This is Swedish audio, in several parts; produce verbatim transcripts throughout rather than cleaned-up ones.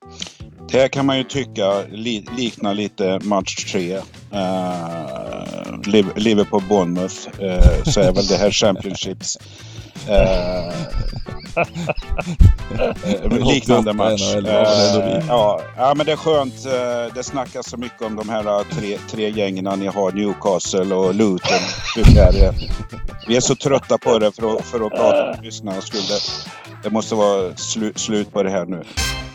Det här kan man ju tycka li- liknar lite match tre. Uh, Liverpool-Bournemouth. Uh, så är väl det här Championships. Uh, liknande match. Uh, ja, ja, men det är skönt. Uh, det snackas så mycket om de här tre, tre gängen ni har. Newcastle och Luton. Vi är så trötta på det för att, för att prata om lyssnarnas skull. Det, det måste vara slu- slut på det här nu.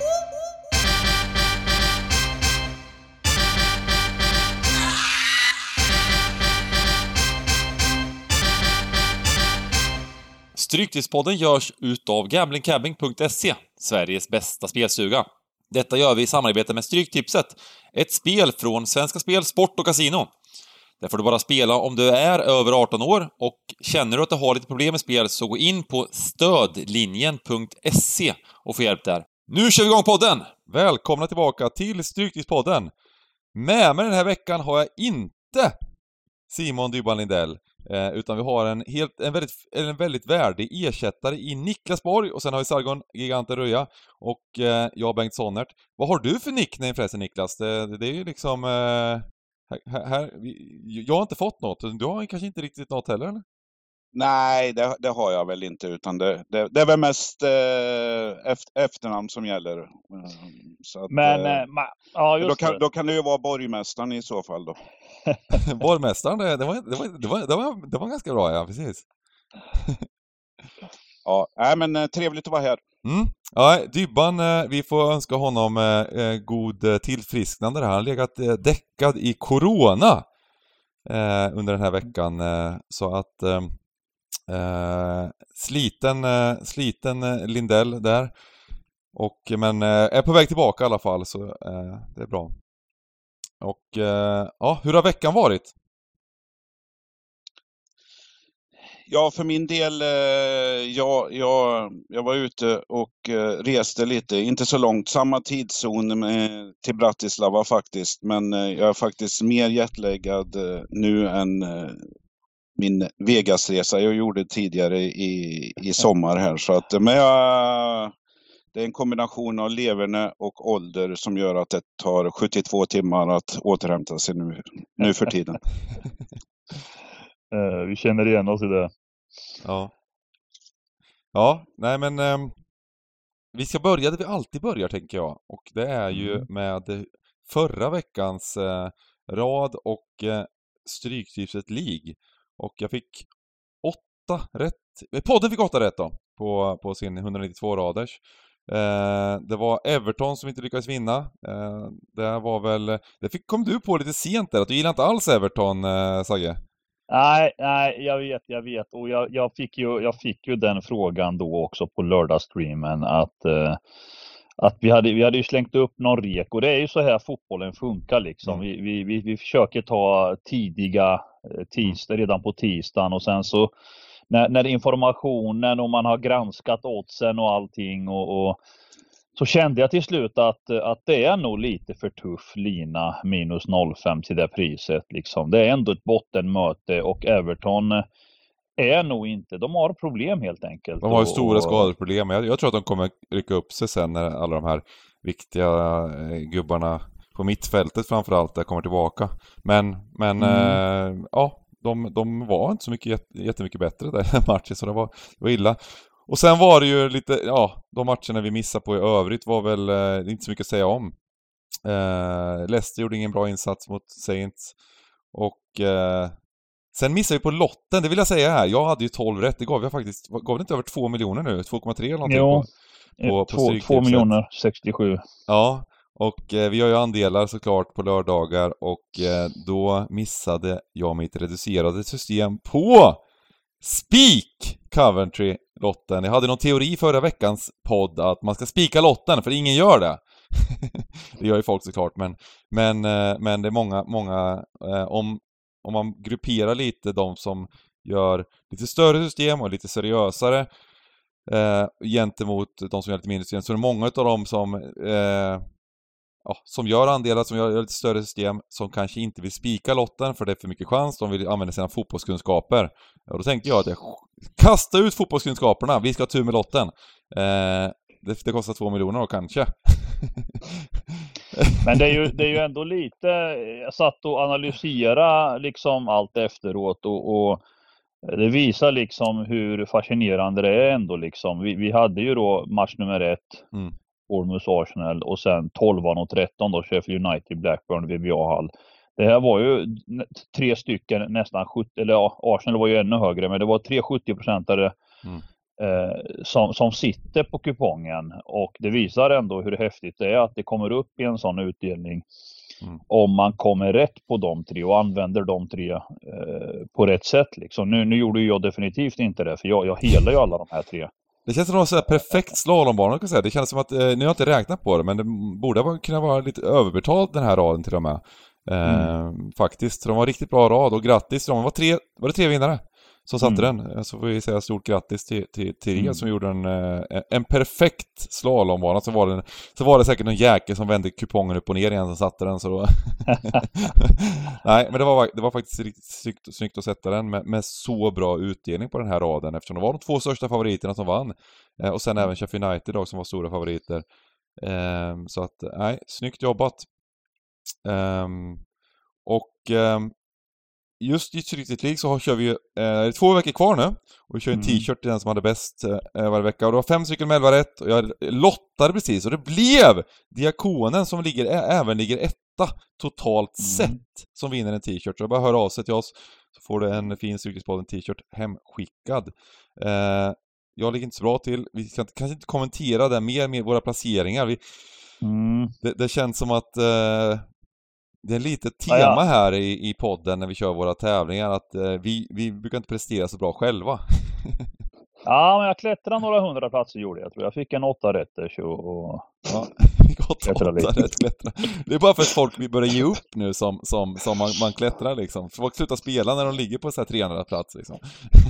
Stryktipspodden görs utav gambling cabbing punkt se, Sveriges bästa spelstuga. Detta gör vi i samarbete med Stryktipset, ett spel från Svenska Spel, Sport och Casino. Där får du bara spela om du är över arton år, och känner du att du har lite problem med spel så gå in på stödlinjen punkt se och få hjälp där. Nu kör vi igång podden! Välkomna tillbaka till Stryktipspodden. Med mig den här veckan har jag inte Simon Dybban Lindell. Eh, utan vi har en, helt, en, väldigt, en väldigt värdig ersättare i Niklas Borg. Och sen har vi Sargon Giganten Röja. Och eh, jag Bengt Sonnert. Vad har du för nickname förresten, Niklas? Det, det, det är ju liksom... Eh, här, här, jag har inte fått något. Du har kanske inte riktigt något heller, eller? Nej, det, det har jag väl inte. Utan det, det, det är väl mest eh, efter, efternamn som gäller. Så att, Men, eh, ma- ja, just då, kan, det. då kan det ju vara borgmästaren i så fall då. Borgmästaren, det, det, var, det, var, det, var, det, var, det var ganska bra, ja, precis. Ja, nej, men eh, trevligt att vara här. Mm. Ja, Dybban, eh, vi får önska honom eh, god eh, tillfrisknande. Han har legat eh, däckad i corona eh, under den här veckan. Eh, så att eh, eh, sliten, eh, sliten eh, Lindell där. Och, men eh, är på väg tillbaka i alla fall, så eh, det är bra. Och eh, ja, hur har veckan varit? Ja, för min del, eh, jag, jag, jag var ute och eh, reste lite, inte så långt, samma tidszon med, till Bratislava faktiskt, men eh, jag är faktiskt mer jetlaggad eh, nu än eh, min Vegasresa jag gjorde tidigare i, i sommar här. Så att, men jag, det är en kombination av leverne och ålder som gör att det tar sjuttiotvå timmar att återhämta sig nu, nu för tiden. Uh, vi känner igen oss i det. Ja. Ja, nej men eh, vi ska börja där vi alltid börjar, tänker jag. Och det är ju mm. med förra veckans eh, rad och eh, Stryktipset League. Och jag fick åtta rätt. Podden fick åtta rätt då på, på sin etthundranittiotvå raders. Eh, det var Everton som inte lyckades vinna. Eh, det var väl... Det fick, kom du på lite sent där, att du gillar inte alls Everton, eh, Sagge? Nej, nej, jag vet, jag vet. Och jag, jag, fick ju, jag fick ju den frågan då också på lördagsstreamen att, eh, att vi, hade, vi hade ju slängt upp någon rek. Och det är ju så här fotbollen funkar liksom. Mm. Vi, vi, vi, vi försöker ta tidiga eh, tisdag, redan på tisdagen, och sen så när, när informationen och man har granskat oddsen och allting och, och så kände jag till slut att, att det är nog lite för tuff lina minus noll komma fem till det priset. Liksom. Det är ändå ett bottenmöte och Everton är nog inte. De har problem helt enkelt. De har ju och, stora och... skadeproblem. Jag, jag tror att de kommer rycka upp sig sen när alla de här viktiga eh, gubbarna på mittfältet framförallt där kommer tillbaka. Men, men mm. eh, ja, de, de var inte så mycket, jättemycket bättre där i matchen, så det var, det var illa. Och sen var det ju lite, ja, de matcherna vi missade på i övrigt var väl eh, inte så mycket att säga om. Eh, Leicester gjorde ingen bra insats mot Saints. Och eh, sen missade vi på lotten, det vill jag säga här. Jag hade ju tolv rätt, det gav jag faktiskt, gav det inte över två miljoner nu? två komma tre eller någonting? Jo, på, på, på två miljoner sextiosju. Ja, och eh, vi har ju andelar såklart på lördagar. Och eh, då missade jag mitt reducerade system på Spik Coventry lotten. Jag hade någon teori förra veckans podd att man ska spika lotten, för ingen gör det. Det gör ju folk såklart, men, men, men det är många, många om, om man grupperar lite de som gör lite större system och lite seriösare eh, gentemot de som gör lite mindre system, så är det många av dem som eh, ja, som gör andelar, som gör lite större system, som kanske inte vill spika lotten för det är för mycket chans. De vill använda sina fotbollskunskaper. Och då tänkte jag att jag kastar ut fotbollskunskaperna. Vi ska ha tur med lotten. Eh, det, det kostar två miljoner då kanske. Men det är ju, det är ju ändå lite, jag satt och analysera liksom allt efteråt och, och det visar liksom hur fascinerande det är ändå liksom. Vi, vi hade ju då match nummer ett, Mm. Bournemouth Arsenal, och sen tolv och tretton då Sheffield United Blackburn V B A-hall. Det här var ju tre stycken nästan sjuttio, eller ja, Arsenal var ju ännu högre, men det var tre sjuttio-procentare Mm. eh, som, som sitter på kupongen, och det visar ändå hur häftigt det är att det kommer upp i en sån utdelning. Mm. Om man kommer rätt på de tre och använder de tre eh, på rätt sätt liksom. Nu, nu gjorde jag definitivt inte det, för jag, jag helar ju alla de här tre. Det känns som en perfekt slalombana, kan jag säga. Det känns som att, eh, nu har jag inte räknat på det, men det borde vara, kunna vara lite överbetalt den här raden till och med. Eh, mm. Faktiskt, de var riktigt bra rad, och grattis, de var tre, var det tre vinnare som satte mm. den. Så får vi säga stort grattis till, till, till mm. er som gjorde en, en perfekt slalombana. Så var, det, så var det säkert någon jäkel som vände kupongen upp och ner igen som satte den. Så nej, men det var, det var faktiskt riktigt snyggt, snyggt att sätta den med, med så bra utdelning på den här raden, eftersom det var de två största favoriterna som vann. Eh, och sen även Sheffield United då, som var stora favoriter. Eh, så att, nej, snyggt jobbat. Eh, och eh, just i Stryktipset League så kör vi eh, två veckor kvar nu. Och vi kör en mm. t-shirt till den som hade bäst eh, varje vecka. Och det var fem stycken med elva rätt. Och jag lottade precis. Och det blev Diakonen som ligger, ä- även ligger etta totalt mm. sett, som vinner en t-shirt. Så jag bara hör av sig till oss, så får du en fin Stryktipspodden t-shirt hemskickad. Eh, jag ligger inte så bra till. Vi kan kanske inte kommentera det mer med våra placeringar. Vi, mm. det, det känns som att... Eh, det är lite tema ja, ja. här i, i podden när vi kör våra tävlingar, att eh, vi, vi brukar inte prestera så bra själva. Ja, men jag klättrade några hundra platser gjorde jag, tror jag. fick en åtta rätter och... Ja, fick åtta, åtta rätt klättra. Det är bara för att folk börjar ge upp nu som, som, som man, man klättrar liksom. Folk slutar spela när de ligger på så här trehundra plats liksom.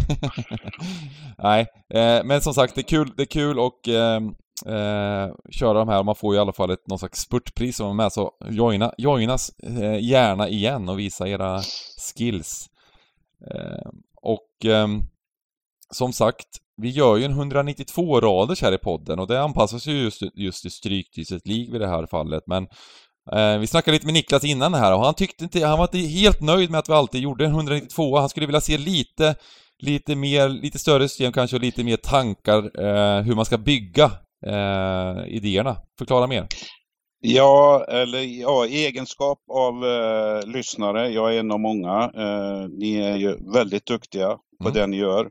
Nej, eh, men som sagt, det är kul, det är kul och... Eh, Eh, köra de här, man får ju i alla fall ett någon slags spurtpris som är med, så joina, joinas eh, gärna igen och visa era skills. Eh, och eh, som sagt, vi gör ju en hundranittiotvå rader här i podden, och det anpassas ju just, just till Stryktipset League vid det här fallet, men eh, vi snackade lite med Niklas innan det här, och han tyckte inte, han var inte helt nöjd med att vi alltid gjorde en hundranittiotvå. Han skulle vilja se lite lite mer, lite större system kanske, och lite mer tankar eh, hur man ska bygga Eh, idéerna. Förklara mer. Ja, eller ja, i egenskap av eh, lyssnare, jag är en av många. Eh, ni är ju väldigt duktiga på mm. det ni gör.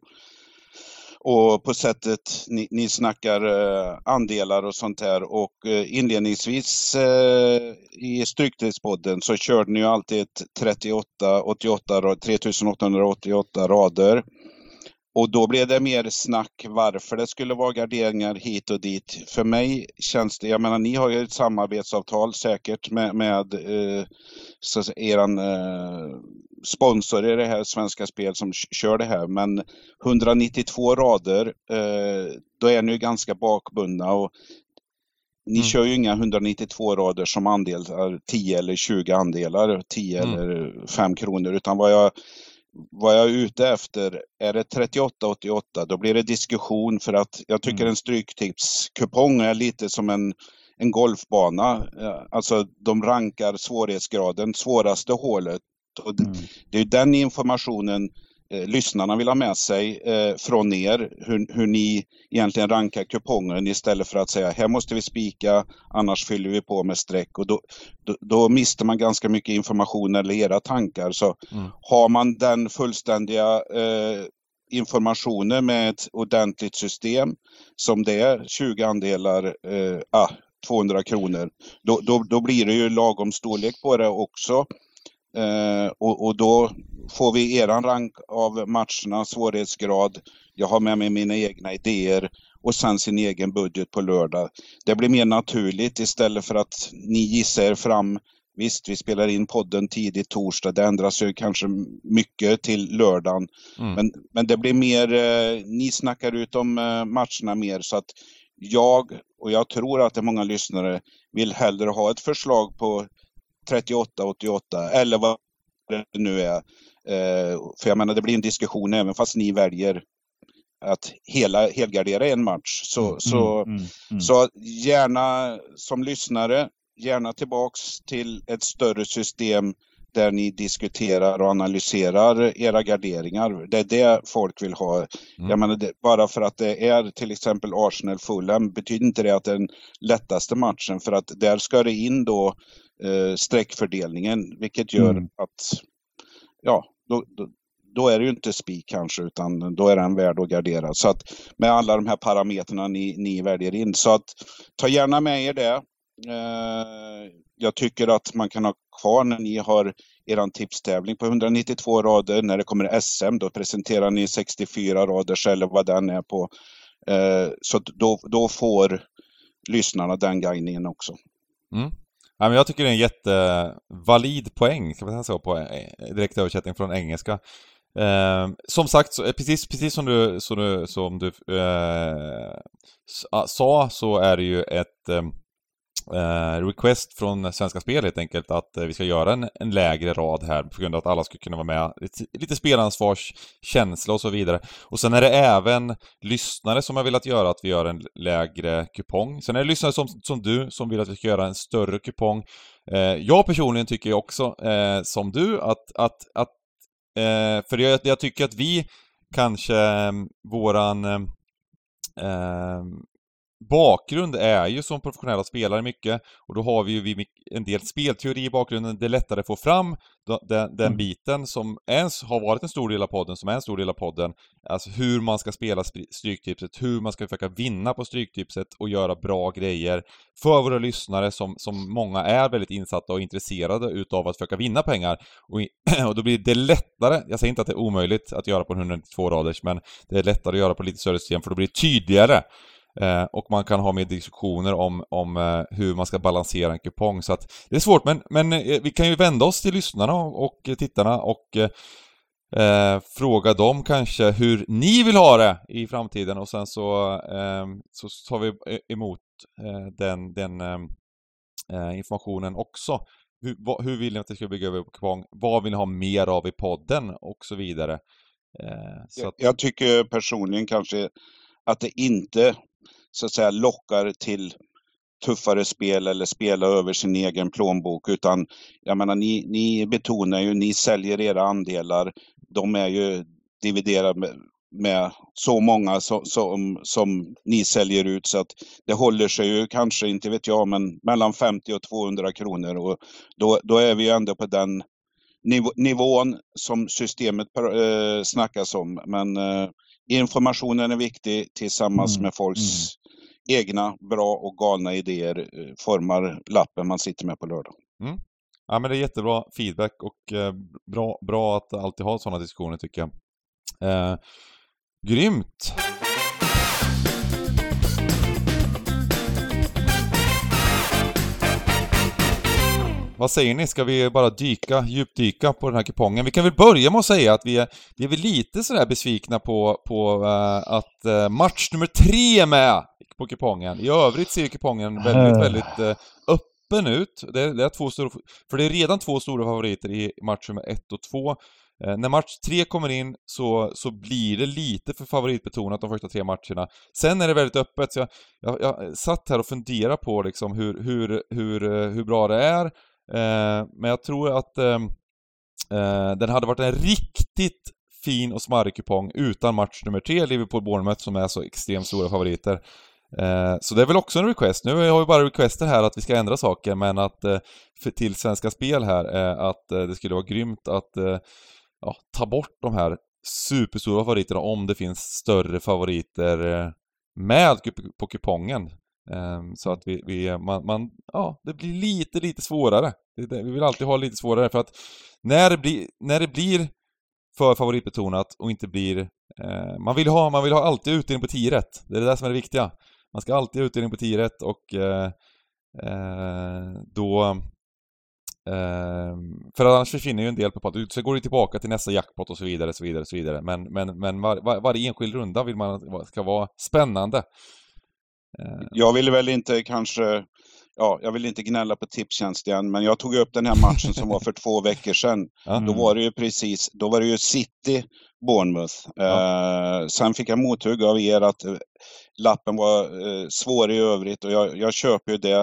Och på sättet ni, ni snackar eh, andelar och sånt här. Och eh, inledningsvis eh, i Stryktipspodden så körde ni ju alltid ett trettioåtta åttioåtta, tretusenåttahundraåttioåtta rader. Och då blev det mer snack varför det skulle vara garderingar hit och dit. För mig känns det, jag menar ni har ju ett samarbetsavtal säkert med, med eh, så, eran eh, sponsor i det här Svenska Spel som kör det här. Men hundranittiotvå rader, eh, då är ni ju ganska bakbundna, och ni mm. kör ju inga hundranittiotvå rader som andelar tio eller tjugo andelar, tio mm. eller fem kronor, utan vad jag Vad jag är ute efter, är det trettioåtta åttioåtta, då blir det diskussion, för att jag tycker mm. en stryktipskupong är lite som en, en golfbana. Alltså de rankar svårighetsgraden, svåraste hålet. Och det, mm. det är den informationen eh, lyssnarna vill ha med sig eh, från er, hur, hur ni egentligen rankar kupongen, istället för att säga här måste vi spika, annars fyller vi på med streck, och då, då, då mister man ganska mycket information eller era tankar. Så mm. har man den fullständiga eh, informationen med ett ordentligt system som det är, tjugo andelar, eh, ah, tvåhundra kronor, då, då, då blir det ju lagom storlek på det också. Eh, och, och då får vi eran rank av matcherna, svårighetsgrad, jag har med mig mina egna idéer och sen sin egen budget på lördag. Det blir mer naturligt istället för att ni gissar er fram. Visst, vi spelar in podden tidigt torsdag, det ändras ju kanske mycket till lördagen. Mm. Men, men det blir mer, eh, ni snackar ut om eh, matcherna mer, så att jag, och jag tror att det är många lyssnare, vill hellre ha ett förslag på trettioåtta åttioåtta eller vad det nu är. Eh, för jag menar, det blir en diskussion även fast ni väljer att hela, helgardera en match. Så, mm, så, mm, mm. så gärna som lyssnare gärna tillbaks till ett större system där ni diskuterar och analyserar era garderingar. Det är det folk vill ha. Mm. Jag menar, det, bara för att det är till exempel Arsenal-Fulham betyder inte det att det är den lättaste matchen, för att där ska det in då eh, streckfördelningen, vilket gör mm. att ja, då, då, då är det ju inte spik kanske, utan då är den värd att gardera. Så att med alla de här parametrarna ni, ni väljer in, så att ta gärna med er det. Eh, jag tycker att man kan ha kvar när ni har eran tipstävling på hundranittiotvå rader. När det kommer S M då presenterar ni sextiofyra raders eller vad den är på. Eh, så då, då får lyssnarna den guidningen också. Mm. Ja, men jag tycker det är en jättevalid poäng, kan man säga så, på direkt översättning från engelska. Eh, som sagt, så, precis, precis som du, som du, som du eh, sa, så är det ju ett eh, Uh, request från Svenska Spel helt enkelt att uh, vi ska göra en, en lägre rad här på grund av att alla ska kunna vara med, lite, lite spelansvarskänsla och så vidare. Och sen är det även lyssnare som har velat göra att vi gör en lägre kupong. Sen är det lyssnare som, som du som vill att vi ska göra en större kupong. Uh, jag personligen tycker också uh, som du att, att, att uh, för jag, jag tycker att vi kanske um, våran um, um, bakgrund är ju som professionella spelare mycket, och då har vi ju en del spelteori i bakgrunden. Det är lättare att få fram den, den mm. biten som ens har varit en stor del av podden, som är en stor del av podden. Alltså hur man ska spela stryktipset, hur man ska försöka vinna på stryktipset och göra bra grejer för våra lyssnare som, som många är väldigt insatta och intresserade utav att försöka vinna pengar. Och, och då blir det lättare, jag säger inte att det är omöjligt att göra på hundranittiotvå raders, men det är lättare att göra på lite större system, för då blir det tydligare. Eh, och man kan ha mer diskussioner om, om eh, hur man ska balansera en kupong. Så att det är svårt, men, men eh, vi kan ju vända oss till lyssnarna och, och tittarna och eh, fråga dem kanske hur ni vill ha det i framtiden. Och sen så, eh, så tar vi emot eh, den, den eh, informationen också. Hur, vad, hur vill ni att det ska bygga över på kupong? Vad vill ni ha mer av i podden? Och så vidare. Eh, så att... jag, jag tycker personligen kanske att det inte så att säga lockar till tuffare spel eller spela över sin egen plånbok, utan jag menar, ni, ni betonar ju, ni säljer era andelar, de är ju dividerade med, med så många som, som, som ni säljer ut, så att det håller sig ju kanske, inte vet jag, men mellan femtio och tvåhundra kronor, och då, då är vi ju ändå på den niv- nivån som systemet äh, snackas om, men äh, informationen är viktig tillsammans mm. med folks mm. egna bra och galna idéer eh, formar lappen man sitter med på lördag. Mm. Ja, men det är jättebra feedback och eh, bra, bra att alltid ha sådana diskussioner, tycker jag. Eh, grymt! Vad säger ni? Ska vi bara dyka, djupdyka på den här kupongen? Vi kan väl börja med att säga att vi är, vi är väl lite sådär besvikna på, på uh, att uh, match nummer tre är med på kupongen. I övrigt ser kupongen väldigt, väldigt uh, öppen ut. Det är, det är två stora, för det är redan två stora favoriter i match nummer ett och två. Uh, när match tre kommer in så, så blir det lite för favoritbetonat de första tre matcherna. Sen är det väldigt öppet. Så jag, jag, jag satt här och funderade på liksom hur, hur, hur, hur bra det är. Eh, men jag tror att eh, eh, den hade varit en riktigt fin och smarrig kupong utan match nummer tre, Liverpool-Bournemouth, som är så extremt stora favoriter. Eh, så det är väl också en request. Nu har vi bara requester här att vi ska ändra saker, men att eh, för till Svenska Spel här eh, att eh, det skulle vara grymt att eh, ja, ta bort de här superstora favoriterna om det finns större favoriter eh, med på kupongen. Um, så att vi, vi man, man, ja, det blir lite, lite svårare. Det, vi vill alltid ha lite svårare, för att när det blir, när det blir för favoritbetonat och inte blir, eh, man vill ha, man vill ha alltid utdelning på tio rätt. Det är det som är det viktiga. Man ska alltid ha utdelning på tio rätt, och eh, eh, då eh, för annars försvinner ju en del på pot. Så går det tillbaka till nästa jackpot och så vidare, så vidare, så vidare. Men, men, men var, var, varje enskild runda vill man ska vara spännande. Jag ville väl inte kanske, ja, jag vill inte gnälla på Tipstjänst igen, men jag tog upp den här matchen som var för två veckor sedan. Mm. Då var det ju precis, då var det ju City Bournemouth. Mm. Eh, sen fick jag mothugg av er att lappen var eh, svår i övrigt, och jag, jag köper ju det.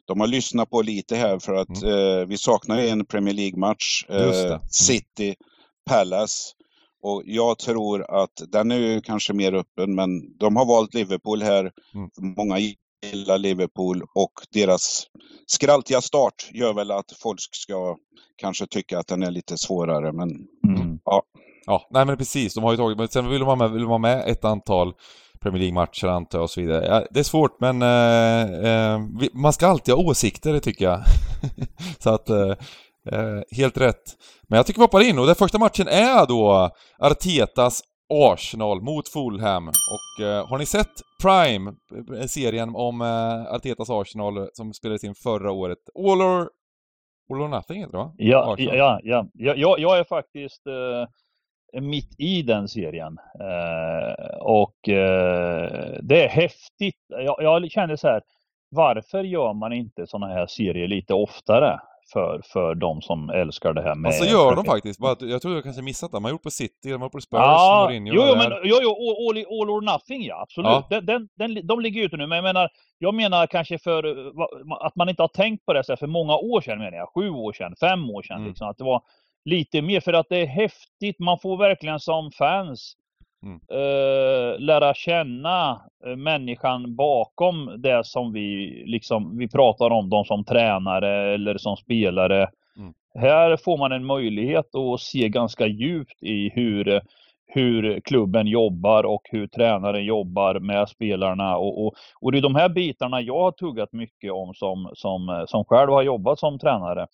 de har lyssnat på lite här för att Mm. eh, vi saknar en Premier League-match. Just det. Eh, Mm. City, Palace. Och jag tror att den är ju kanske mer öppen, men de har valt Liverpool här. Mm. Många gillar Liverpool och deras skraltiga start gör väl att folk ska kanske tycka att den är lite svårare. Men Mm. ja. Ja, nej men precis. De har ju tagit, men sen vill de ha med, vill de ha med ett antal Premier League-matcher antar jag och så vidare. Ja, det är svårt, men eh, eh, vi, man ska alltid ha åsikter, det tycker jag. Så att, eh, eh, helt rätt. Men jag tycker vi hoppar in, och den första matchen är då Artetas Arsenal mot Fulham. Och eh, har ni sett Prime, eh, serien om eh, Artetas Arsenal som spelades in förra året? All or, all or Nothing heter det, va? Ja, Arsenal. ja, ja. Jag, jag, jag är faktiskt eh, mitt i den serien. Eh, och eh, det är häftigt. Jag, jag känner så här, varför gör man inte såna här serier lite oftare för, för de som älskar det här med... Alltså gör de faktiskt. Bara, jag tror jag kanske missat det. De har gjort på City, de har gjort på Spurs, Ja, Mourinho. jo, jo, där. men, jo, jo all, all or Nothing, ja, absolut. Ja. Den, den, den, de ligger ute nu, men jag menar, jag menar kanske för att man inte har tänkt på det så här för många år sedan, menar jag. Sju år sedan, fem år sedan, Mm. liksom, att det var lite mer, för att det är häftigt. Man får verkligen som fans Mm. eh, lära känna eh, människan bakom det som vi liksom, vi pratar om, de som tränare eller som spelare. Mm. Här får man en möjlighet att se ganska djupt i hur, hur klubben jobbar och hur tränaren jobbar med spelarna. Och, och, och det är de här bitarna jag har tuggat mycket om som, som, som själv har jobbat som tränare.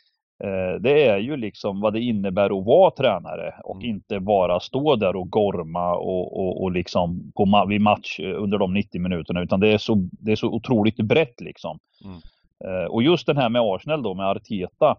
Eh, det är ju liksom vad det innebär att vara tränare och Mm. inte bara stå där och gorma och, och, och liksom på ma- vid match under de nittio minuterna, utan det är så, det är så otroligt brett liksom. Mm. Eh, och just den här med Arsenal då, med Arteta.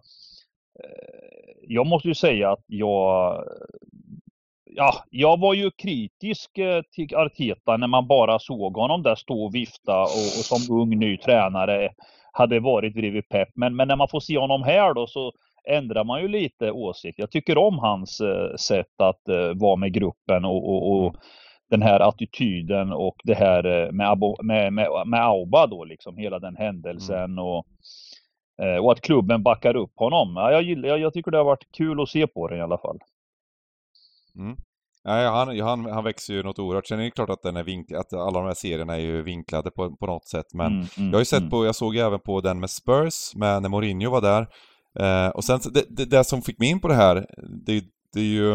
Jag måste ju säga att jag ja, jag var ju kritisk till Arteta när man bara såg honom där stå och vifta och, och som ung ny tränare hade varit bredvid Pep. Men, men när man får se honom här då så ändrar man ju lite åsikt. Jag tycker om hans eh, sätt att eh, vara med gruppen och, och, och den här attityden och det här med, Abo, med, med, med Auba då liksom, hela den händelsen Mm. och Och att klubben backar upp honom. Ja, jag, gillar, jag, jag tycker det har varit kul att se på det i alla fall. Mm. Nej, han, han, han växer ju något oerhört. Sen är det klart att, den är vink, att alla de här serierna är ju vinklade på, på något sätt. Men Mm, mm, jag har ju sett mm. på, jag såg ju även på den med Spurs, med när Mourinho var där. Eh, och sen, det, det, det som fick mig in på det här, det, det är ju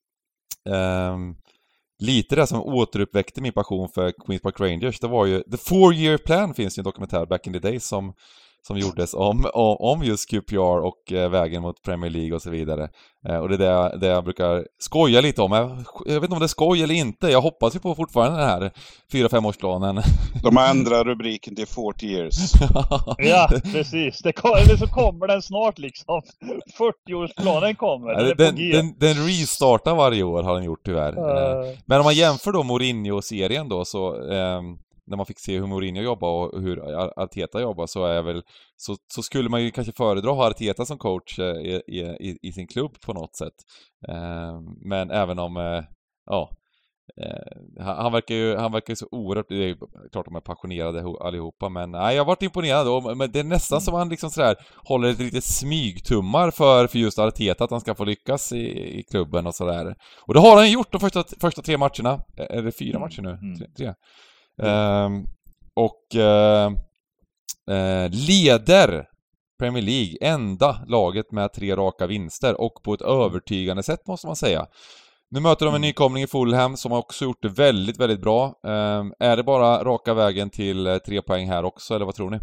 eh, lite det som återuppväckte min passion för Queens Park Rangers. Det var ju, The Four Year Plan finns ju en dokumentär back in the days som som gjordes om, om, om just Q P R och eh, vägen mot Premier League och så vidare. Eh, och det är det jag, det jag brukar skoja lite om. Jag, jag vet inte om det är skoj eller inte. Jag hoppas ju på fortfarande den här fyra-femårsplanen. De har ändrat rubriken till forty years. Ja, precis. Det kom, eller så kommer den snart liksom. fyrtio-årsplanen kommer. Ja, Den, är den, på G. den, den restartar varje år har den gjort tyvärr. Uh. Eh, men om man jämför då Mourinho-serien då så... Eh, när man fick se hur Mourinho jobbar och hur Arteta jobbar så är väl så, så skulle man ju kanske föredra att ha Arteta som coach eh, i, i, i sin klubb på något sätt. Eh, men även om eh, ja eh, han, han verkar ju han verkar ju så oerhört, det är klart de är passionerade allihopa, men nej, jag har varit imponerad då, men det är nästan som han liksom sådär håller ett litet smygtummar för, för just Arteta att han ska få lyckas i, i klubben och sådär. Och det har han gjort de första, första tre matcherna. Är det fyra matcher nu? Mm. Tre, tre. Um, och uh, uh, leder Premier League, enda laget med tre raka vinster och på ett övertygande sätt måste man säga. Nu möter de en nykomling i Fulham som har också gjort det väldigt, väldigt bra. Um, är det bara raka vägen till uh, tre poäng här också, eller vad tror ni?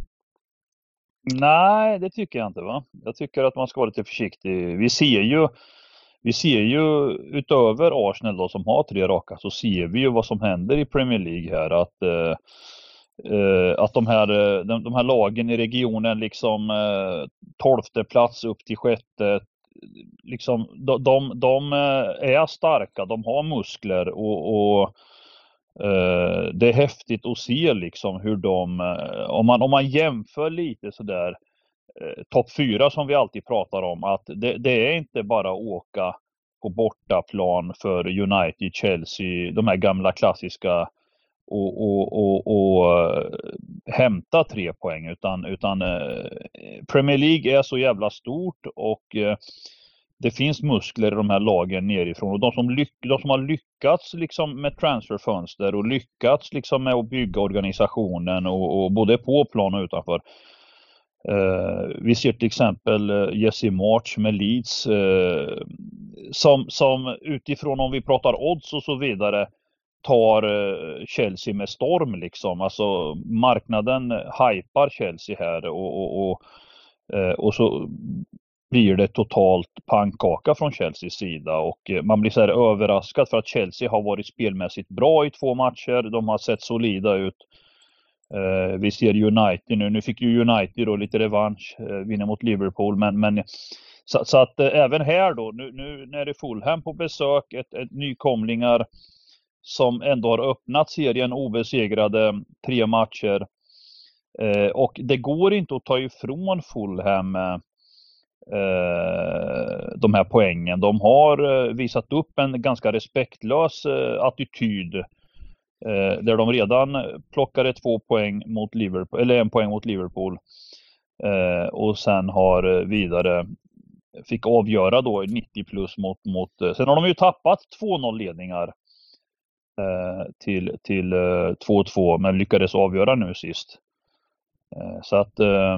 Nej, det tycker jag inte, va? Jag tycker att man ska vara lite försiktig. Vi ser ju Vi ser ju utöver Arsenal då, som har tre raka, så ser vi ju vad som händer i Premier League här. Att, eh, att de, här, de, de här lagen i regionen, liksom eh, tolfte plats upp till sjätte, liksom, de, de, de är starka, de har muskler och, och eh, det är häftigt att se liksom hur de, om man, om man jämför lite sådär, Eh, topp fyra som vi alltid pratar om, att det, det är inte bara att åka på bortaplan för United, Chelsea, de här gamla klassiska och, och, och, och uh, hämta tre poäng, utan, utan uh, Premier League är så jävla stort och uh, det finns muskler i de här lagen nerifrån, och de som, lyck, de som har lyckats liksom med transferfönster och lyckats liksom med att bygga organisationen och, och både på plan och utanför. Uh, vi ser till exempel uh, Jesse March med Leeds uh, som, som utifrån, om vi pratar odds och så vidare, tar uh, Chelsea med storm liksom. Alltså marknaden hypar Chelsea här och, och, och, uh, och så blir det totalt pannkaka från Chelseas sida, och uh, man blir så här överraskad för att Chelsea har varit spelmässigt bra i två matcher. De har sett solida ut. Uh, vi ser United nu. Nu fick ju United då lite revansch, uh, vinna mot Liverpool. Men, men så, så att uh, även här då, nu, nu när det är Fulham på besök, ett, ett nykomlingar som ändå har öppnat serien obesegrade tre matcher. Uh, och det går inte att ta ifrån Fulham uh, de här poängen. De har uh, visat upp en ganska respektlös uh, attityd. Eh, där de redan plockade två poäng mot Liverpool, eller en poäng mot Liverpool, eh, och sen har vidare fick avgöra då nittio plus mot, mot sen har de ju tappat två noll ledningar eh, till, till eh, två två, men lyckades avgöra nu sist. Eh, så att eh,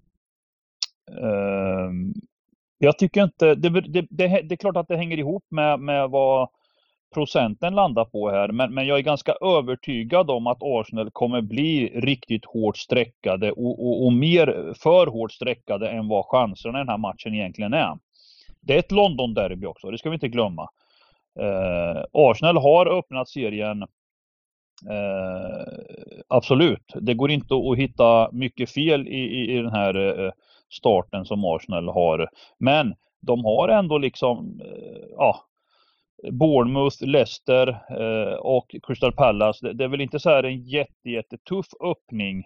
eh, jag tycker inte det, det, det, det är klart att det hänger ihop med, med vad procenten landar på här, men, men jag är ganska övertygad om att Arsenal kommer bli riktigt hårt sträckade och, och, och mer för hårt sträckade än vad chanserna i den här matchen egentligen är. Det är ett London-derby också, det ska vi inte glömma. Eh, Arsenal har öppnat serien, eh, absolut. Det går inte att hitta mycket fel i, i, i den här eh, starten som Arsenal har, men de har ändå liksom eh, ja Bournemouth, Leicester eh, och Crystal Palace. Det, det är väl inte så här en jätte, jättetuff öppning.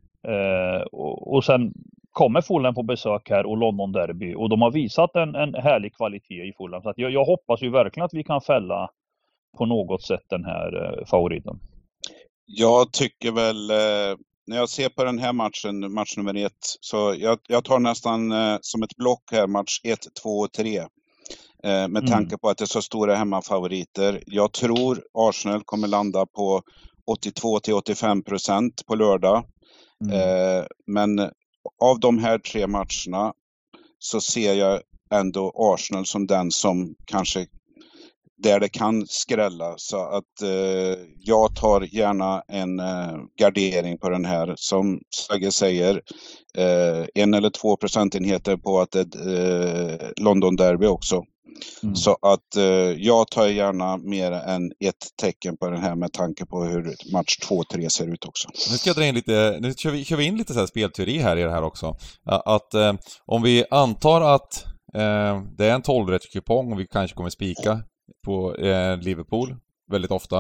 Eh, och, och sen kommer Fulham på besök här och London Derby. Och de har visat en, en härlig kvalitet i Fulham. Så att jag, jag hoppas ju verkligen att vi kan fälla på något sätt den här eh, favoriten. Jag tycker väl, eh, när jag ser på den här matchen, match nummer ett, så jag, jag tar nästan eh, som ett block här, match ett, två och tre. Med tanke mm. på att det är så stora hemmafavoriter. Jag tror Arsenal kommer landa på åttiotvå till åttiofem procent på lördag. Mm. Eh, men av de här tre matcherna så ser jag ändå Arsenal som den som kanske där det kan skrälla. Så att eh, jag tar gärna en eh, gardering på den här. Som Sagge säger, eh, en eller två procentenheter på att det är eh, London Derby också. Mm. Så att eh, jag tar gärna mer än ett tecken på den här med tanke på hur match två tre ser ut också. Nu ska jag dra in lite, nu kör vi, kör vi in lite så här spelteori här i det här också. Att eh, om vi antar att eh, det är en tolv-rättskupong och vi kanske kommer spika på eh, Liverpool väldigt ofta.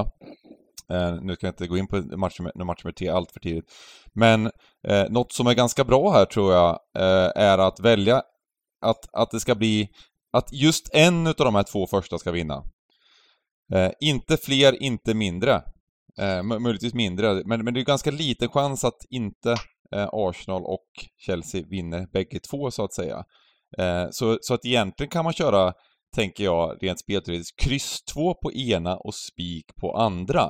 Eh, nu ska jag inte gå in på match med, match med T allt för tidigt. Men eh, något som är ganska bra här tror jag eh, är att välja att, att det ska bli att just en av de här två första ska vinna. Eh, inte fler, inte mindre. Eh, möjligtvis mindre. Men, men det är ganska liten chans att inte eh, Arsenal och Chelsea vinner bägge två så att säga. Eh, så, så att egentligen kan man köra, tänker jag, rent spelteoretiskt, kryss två på ena och spik på andra.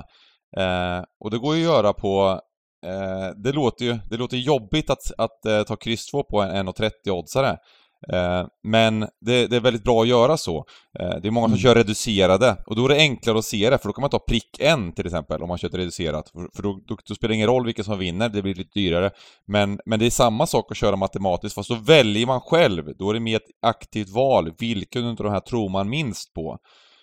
Eh, och det går ju att göra på... Eh, det, låter ju, det låter jobbigt att, att eh, ta kryss två på en en komma trettio oddsare. Eh, men det, det är väldigt bra att göra så. Eh, det är många som mm. kör reducerade. Och då är det enklare att se det. För då kan man ta prick en till exempel om man kör reducerat. För, för då, då, då spelar det ingen roll vilken som vinner. Det blir lite dyrare. Men, men det är samma sak att köra matematiskt. Fast då väljer man själv. Då är det mer ett aktivt val. Vilken av de här tror man minst på.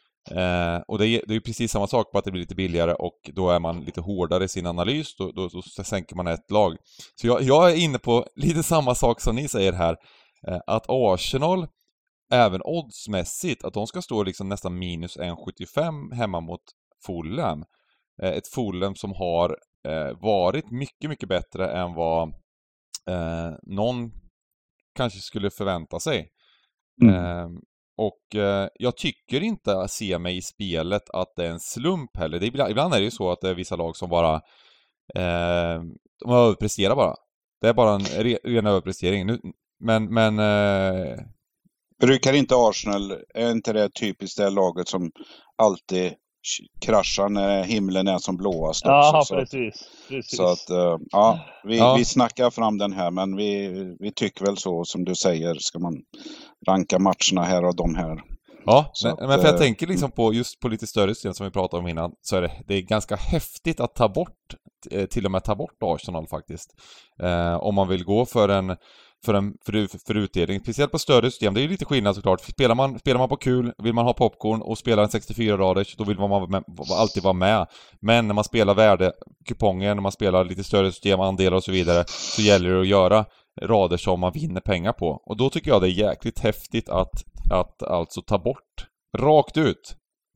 Eh, och det är, det är precis samma sak, på att det blir lite billigare. Och då är man lite hårdare i sin analys. Då, då, då sänker man ett lag. Så jag, jag är inne på lite samma sak som ni säger här. Att Arsenal, även oddsmässigt, att de ska stå liksom nästan minus en komma sjuttiofem hemma mot Fulham. Ett Fulham som har varit mycket, mycket bättre än vad eh, någon kanske skulle förvänta sig. Mm. Eh, och eh, jag tycker inte att se mig i spelet att det är en slump heller. Det är, ibland, ibland är det ju så att det är vissa lag som bara eh, de överpresterar bara. Det är bara en re, ren överprestering. Nu, men, men eh... brukar inte Arsenal, är inte det typiskt det laget som alltid kraschar när himlen är som blåast också? Ja, så precis. Att, precis. så att, uh, ja, vi, ja, vi snackar fram den här, men vi, vi tycker väl så, som du säger, ska man ranka matcherna här och de här. Ja, så men, att, men för jag uh, tänker liksom på, just på lite större system som vi pratade om innan, så är det, det är ganska häftigt att ta bort, eh, till och med ta bort Arsenal faktiskt. Eh, om man vill gå för en För, en, för, för utdelning, speciellt på större system. Det är ju lite skillnad såklart. Spelar man, spelar man på kul, vill man ha popcorn och spela en sextiofyra raders, då vill man vara med, alltid vara med. Men när man spelar värdekuponger, när man spelar lite större system, andelar och så vidare, så gäller det att göra rader som man vinner pengar på. Och då tycker jag det är jäkligt häftigt att, att alltså ta bort, rakt ut.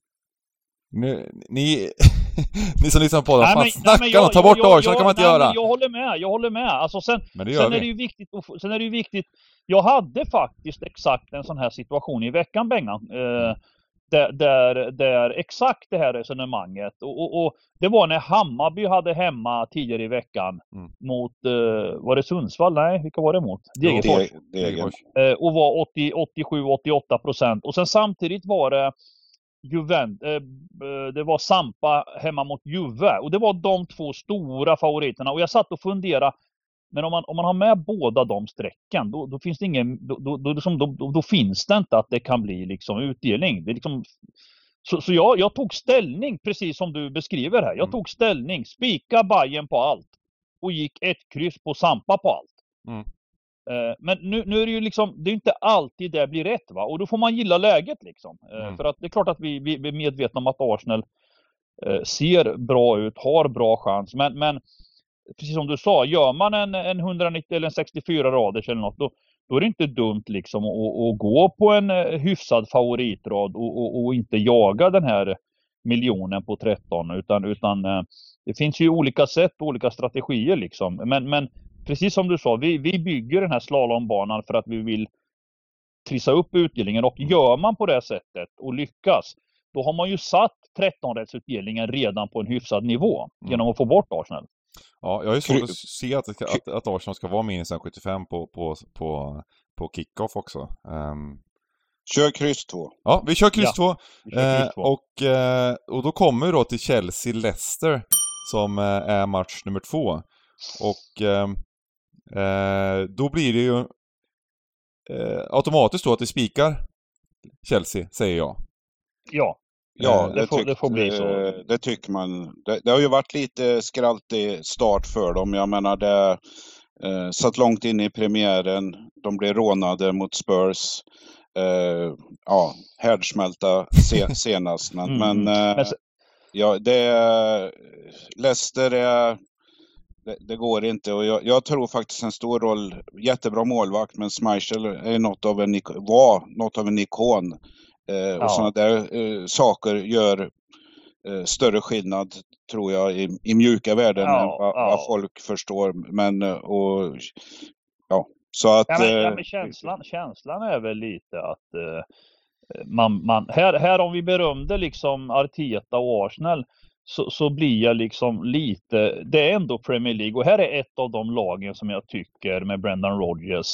Ni, ni, ni som lyssnar på det, fan snacka och ta bort Arsenal, kan man inte nej, göra. Men jag håller med, jag håller med. Alltså sen, men det sen vi. är det ju viktigt, sen är det ju viktigt. Jag hade faktiskt exakt en sån här situation i veckan, Bengan. Eh, där, där, där exakt det här resonemanget. Och, och, och det var när Hammarby hade hemma tidigare i veckan mm. mot, eh, var det Sundsvall? Nej, vilka var det mot? Degerfors. Degerfors. Eh, och var åttio, åttiosju åttioåtta procent. Och sen samtidigt var det Juvent, eh, det var Sampa hemma mot Juve. Och det var de två stora favoriterna. Och jag satt och funderade, men om man, om man har med båda de strecken, då, då finns det ingen, då, då, då, då, då finns det inte att det kan bli liksom utdelning. Det är liksom, så så jag, jag tog ställning, precis som du beskriver här. Jag tog ställning, spika Bayern på allt. Och gick ett kryss på Sampa på allt. Mm. Men nu, nu är det ju liksom, det är inte alltid det blir rätt, va? Och då får man gilla läget liksom. Mm. För att det är klart att vi, vi, vi är medvetna om att Arsenal eh, ser bra ut, har bra chans. Men, men precis som du sa, gör man en, en hundranittio eller en sextiofyra raders eller något, då, då är det inte dumt liksom att, att gå på en hyfsad favoritrad och, och, och inte jaga den här miljonen på tretton. Utan, utan det finns ju olika sätt och olika strategier liksom. Men, men precis som du sa, vi, vi bygger den här slalombanan för att vi vill trissa upp utdelningen. Och gör man på det sättet och lyckas, då har man ju satt tretton-rättsutdelningen redan på en hyfsad nivå mm. genom att få bort Arsenal. Ja, jag är svårt att se att, att, att Arsenal ska vara minus en sjuttiofem på, på, på, på kickoff också. Um... Kör kryss två. Ja, vi kör kryss ja, två. Eh, och, eh, och då kommer vi då till Chelsea-Leicester som eh, är match nummer två. Och eh, eh, då blir det ju eh, automatiskt då att det spikar Chelsea, säger jag. Ja. Ja, det, det, får, tyck, det får bli så. Det, det tycker man. Det, det har ju varit lite skraltig start för dem. Jag menar, det eh, satt långt in i premiären. De blev rånade mot Spurs. Eh, ja, härdsmälta se, senast. Men, mm. men eh, ja, det Leicester är... Det, det går inte, och jag, jag tror faktiskt en stor roll. Jättebra målvakt, men Schmeichel är något av en, var något av en ikon. Eh, ja. Och sådana där eh, saker gör eh, större skillnad, tror jag, i, i mjuka värden ja, än vad, ja. vad folk förstår. Men, och ja, så att... Ja, men, eh, ja, men känslan, känslan är väl lite att eh, man, man, här, här om vi berömde liksom Arteta och Arsenal, så, så blir jag liksom lite, det är ändå Premier League, och här är ett av de lagen som jag tycker med Brendan Rodgers,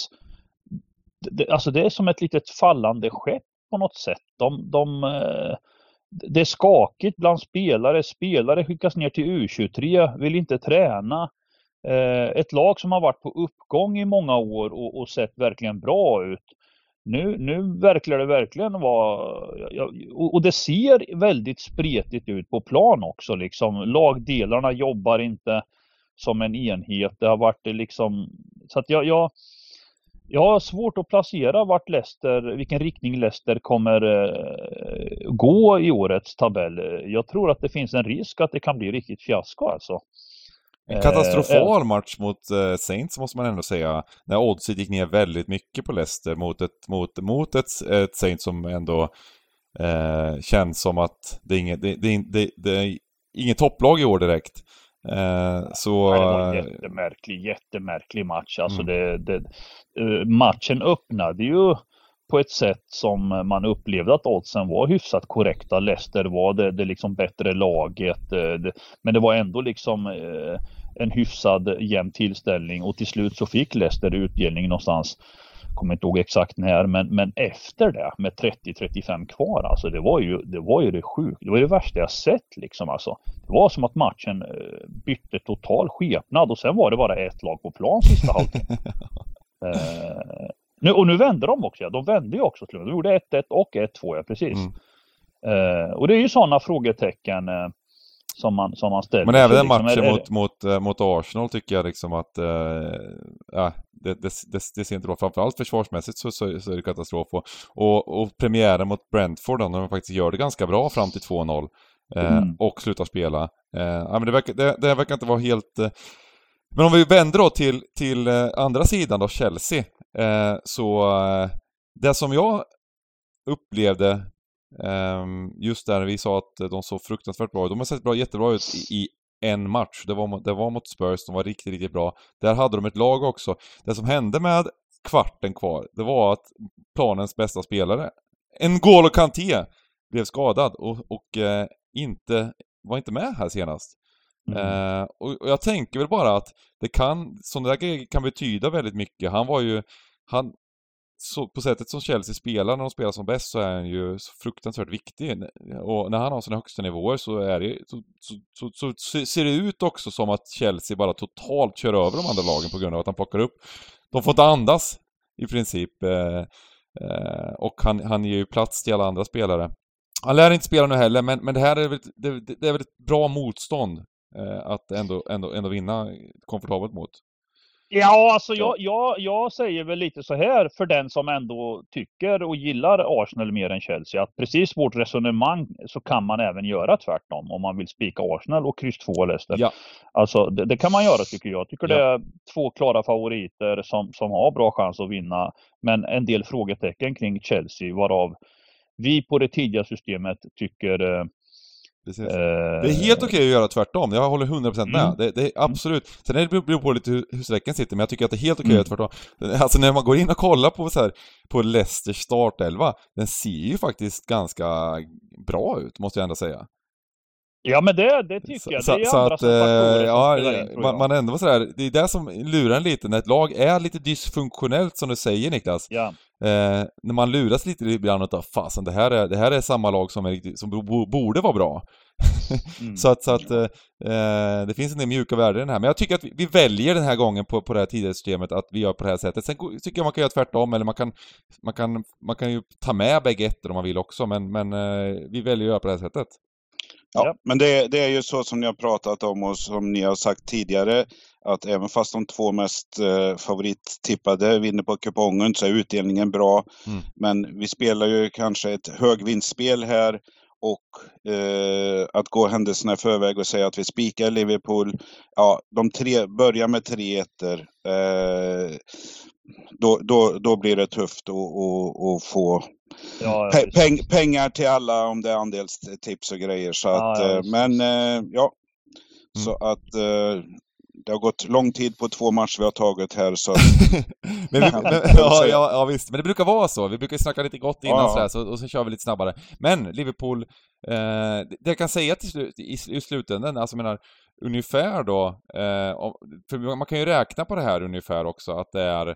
det, alltså det är som ett litet fallande skepp på något sätt. De, de, det är skakigt bland spelare. Spelare skickas ner till U tjugotre, vill inte träna. Ett lag som har varit på uppgång i många år och, och sett verkligen bra ut. Nu, nu verkar det verkligen vara... Och det ser väldigt spretigt ut på plan också. Liksom. Lagdelarna jobbar inte som en enhet. Det har varit liksom... Så att jag... jag Jag har svårt att placera vart Leicester, vilken riktning Leicester kommer eh, gå i årets tabell. Jag tror att det finns en risk att det kan bli riktigt fiasko alltså. En katastrofal eh, match mot eh, Saints måste man ändå säga. När oddset gick ner väldigt mycket på Leicester mot ett, mot, mot ett, ett Saints som ändå eh, känns som att det är inget, det, det, det, det är inget topplag i år direkt. Eh, så... Nej, det var en jättemärklig, jättemärklig match. Alltså mm. det, det, matchen öppnade ju på ett sätt som man upplevde att oddsen var hyfsat korrekta. Leicester var det, det liksom bättre laget, det, men det var ändå liksom eh, en hyfsad jämn tillställning, och till slut så fick Leicester utdelning någonstans, kommer inte ihåg exakt när, men, men efter det med trettio till trettiofem kvar, alltså det var ju det var ju det sjukt, det var det värsta jag sett liksom, alltså det var som att matchen eh, bytte total skepnad, och sen var det bara ett lag på plan sista halvtimmen. eh, nu, och nu vände de också, ja. De vände ju också, de gjorde ett ett och ett två, ja precis. Mm. eh, och det är ju sådana frågetecken eh, som man, som man ställer. Men även den liksom, matchen är, mot, mot, äh, mot Arsenal tycker jag liksom att äh, ja, det, det, det, det ser inte bra. Framförallt försvarsmässigt så, så, så är det katastrof. Och, och, och premiären mot Brentford, när de faktiskt gör det ganska bra fram till två noll äh, mm. och slutar spela. Äh, ja, men det, verkar, det, det verkar inte vara helt... Äh, men om vi vänder då till, till äh, andra sidan då, Chelsea. Äh, så äh, det som jag upplevde Um, just där vi sa att de såg fruktansvärt bra ut. De har sett bra, jättebra ut i, i en match. Det var, det var mot Spurs, de var riktigt, riktigt bra. Där hade de ett lag också. Det som hände med kvarten kvar, det var att planens bästa spelare, N'Golo Kanté, blev skadad och, och uh, inte, var inte med här senast. Mm. Uh, och, och jag tänker väl bara att det kan, sådana där kan betyda väldigt mycket. Han var ju, han så på sättet som Chelsea spelar när de spelar som bäst, så är han ju så fruktansvärt viktig. Och när han har sina högsta nivåer så är det så, så, så, så ser det ut också som att Chelsea bara totalt kör över de andra lagen på grund av att han plockar upp. De får inte andas i princip. Eh, eh, och han, han ger ju plats till alla andra spelare. Han lär inte spela nu heller, men, men det här är väl, det, det är väl ett bra motstånd eh, att ändå, ändå, ändå vinna komfortabelt mot. Ja, alltså jag, jag, jag säger väl lite så här för den som ändå tycker och gillar Arsenal mer än Chelsea, att precis vårt resonemang så kan man även göra tvärtom om man vill spika Arsenal och kryss två Leicester. Ja. Alltså det, det kan man göra tycker jag. Jag tycker ja. Det är två klara favoriter som, som har bra chans att vinna, men en del frågetecken kring Chelsea, varav vi på det tidiga systemet tycker... Precis. Det är helt okej att göra tvärtom. Jag håller hundra procent med. Mm. Det, det är absolut. Sen är det beror på lite hur, hur sträcken sitter, men jag tycker att det är helt okej mm. att göra tvärtom. Alltså när man går in och kollar på så här, på Leicesters startelva, den ser ju faktiskt ganska bra ut, måste jag ändå säga. Ja, men det, det tycker jag. Så, det är så andra att, som faktorer ja, som spelar in, man, man ändå var så här, det är det som lurar en lite, när ett lag är lite dysfunktionellt som du säger, Niklas. Ja. Eh, när man luras lite ibland och tar fasen, det här är, det här är samma lag som, är, som borde vara bra. Mm. så att, så att eh, det finns en del mjuka värden i den här. Men jag tycker att vi, vi väljer den här gången på, på det här tidigare systemet att vi gör på det här sättet. Sen tycker jag man kan göra tvärtom, eller man kan, man kan, man kan ju ta med bägge ettor om man vill också, men, men eh, vi väljer att göra på det här sättet. Ja, ja. Men det, det är ju så som ni har pratat om och som ni har sagt tidigare, att även fast de två mest eh, favorittippade vinner på kupongen så är utdelningen bra. Mm. Men vi spelar ju kanske ett högvinstspel här, och eh, att gå händelserna i förväg och säga att vi spikar Liverpool, ja, de tre börjar med tre ettor. Eh, då, då, då blir det tufft att, att, att få ja, pe- peng, pengar till alla om det är andelstips och grejer. Så ja, att, ja, men eh, ja, mm. så att eh, det har gått lång tid på två matcher vi har tagit här. Så men vi, men, ja, ja, ja visst, men det brukar vara så. Vi brukar snacka lite gott innan ja. så, här, så och så kör vi lite snabbare. Men Liverpool, eh, det jag kan säga till slut, i, i slutändan, alltså menar ungefär då, eh, för man kan ju räkna på det här ungefär också, att det är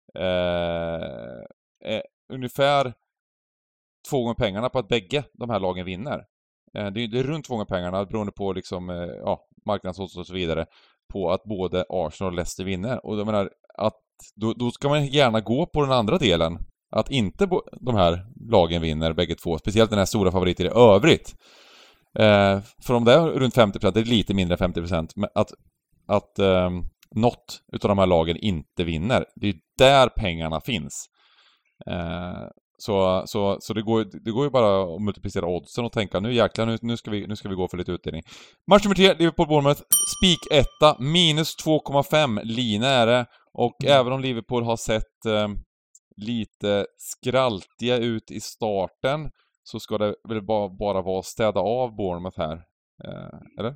eh, eh, ungefär två gånger pengarna på att bägge de här lagen vinner. Eh, det, är, det är runt två gånger pengarna beroende på liksom, eh, ja, marknadsodds och så vidare, på att både Arsenal och Leicester vinner. Och jag menar att då, då ska man gärna gå på den andra delen. Att inte bo, de här lagen vinner bägge två. Speciellt den här stora favoriten i övrigt. Eh, för om det är runt femtio procent, det är lite mindre än femtio procent. Att, att eh, något utav de här lagen inte vinner. Det är där pengarna finns. Eh, Så, så, så det, går, det går ju bara att multiplicera oddsen och tänka nu jäklar, nu, nu, ska vi, nu ska vi gå för lite utdelning. Match nummer tre, Liverpool-Bournemouth, spik etta, minus två komma fem, lina är det. Och mm. även om Liverpool har sett eh, lite skraltiga ut i starten, så ska det väl bara, bara vara städa av Bournemouth här. Eh, eller?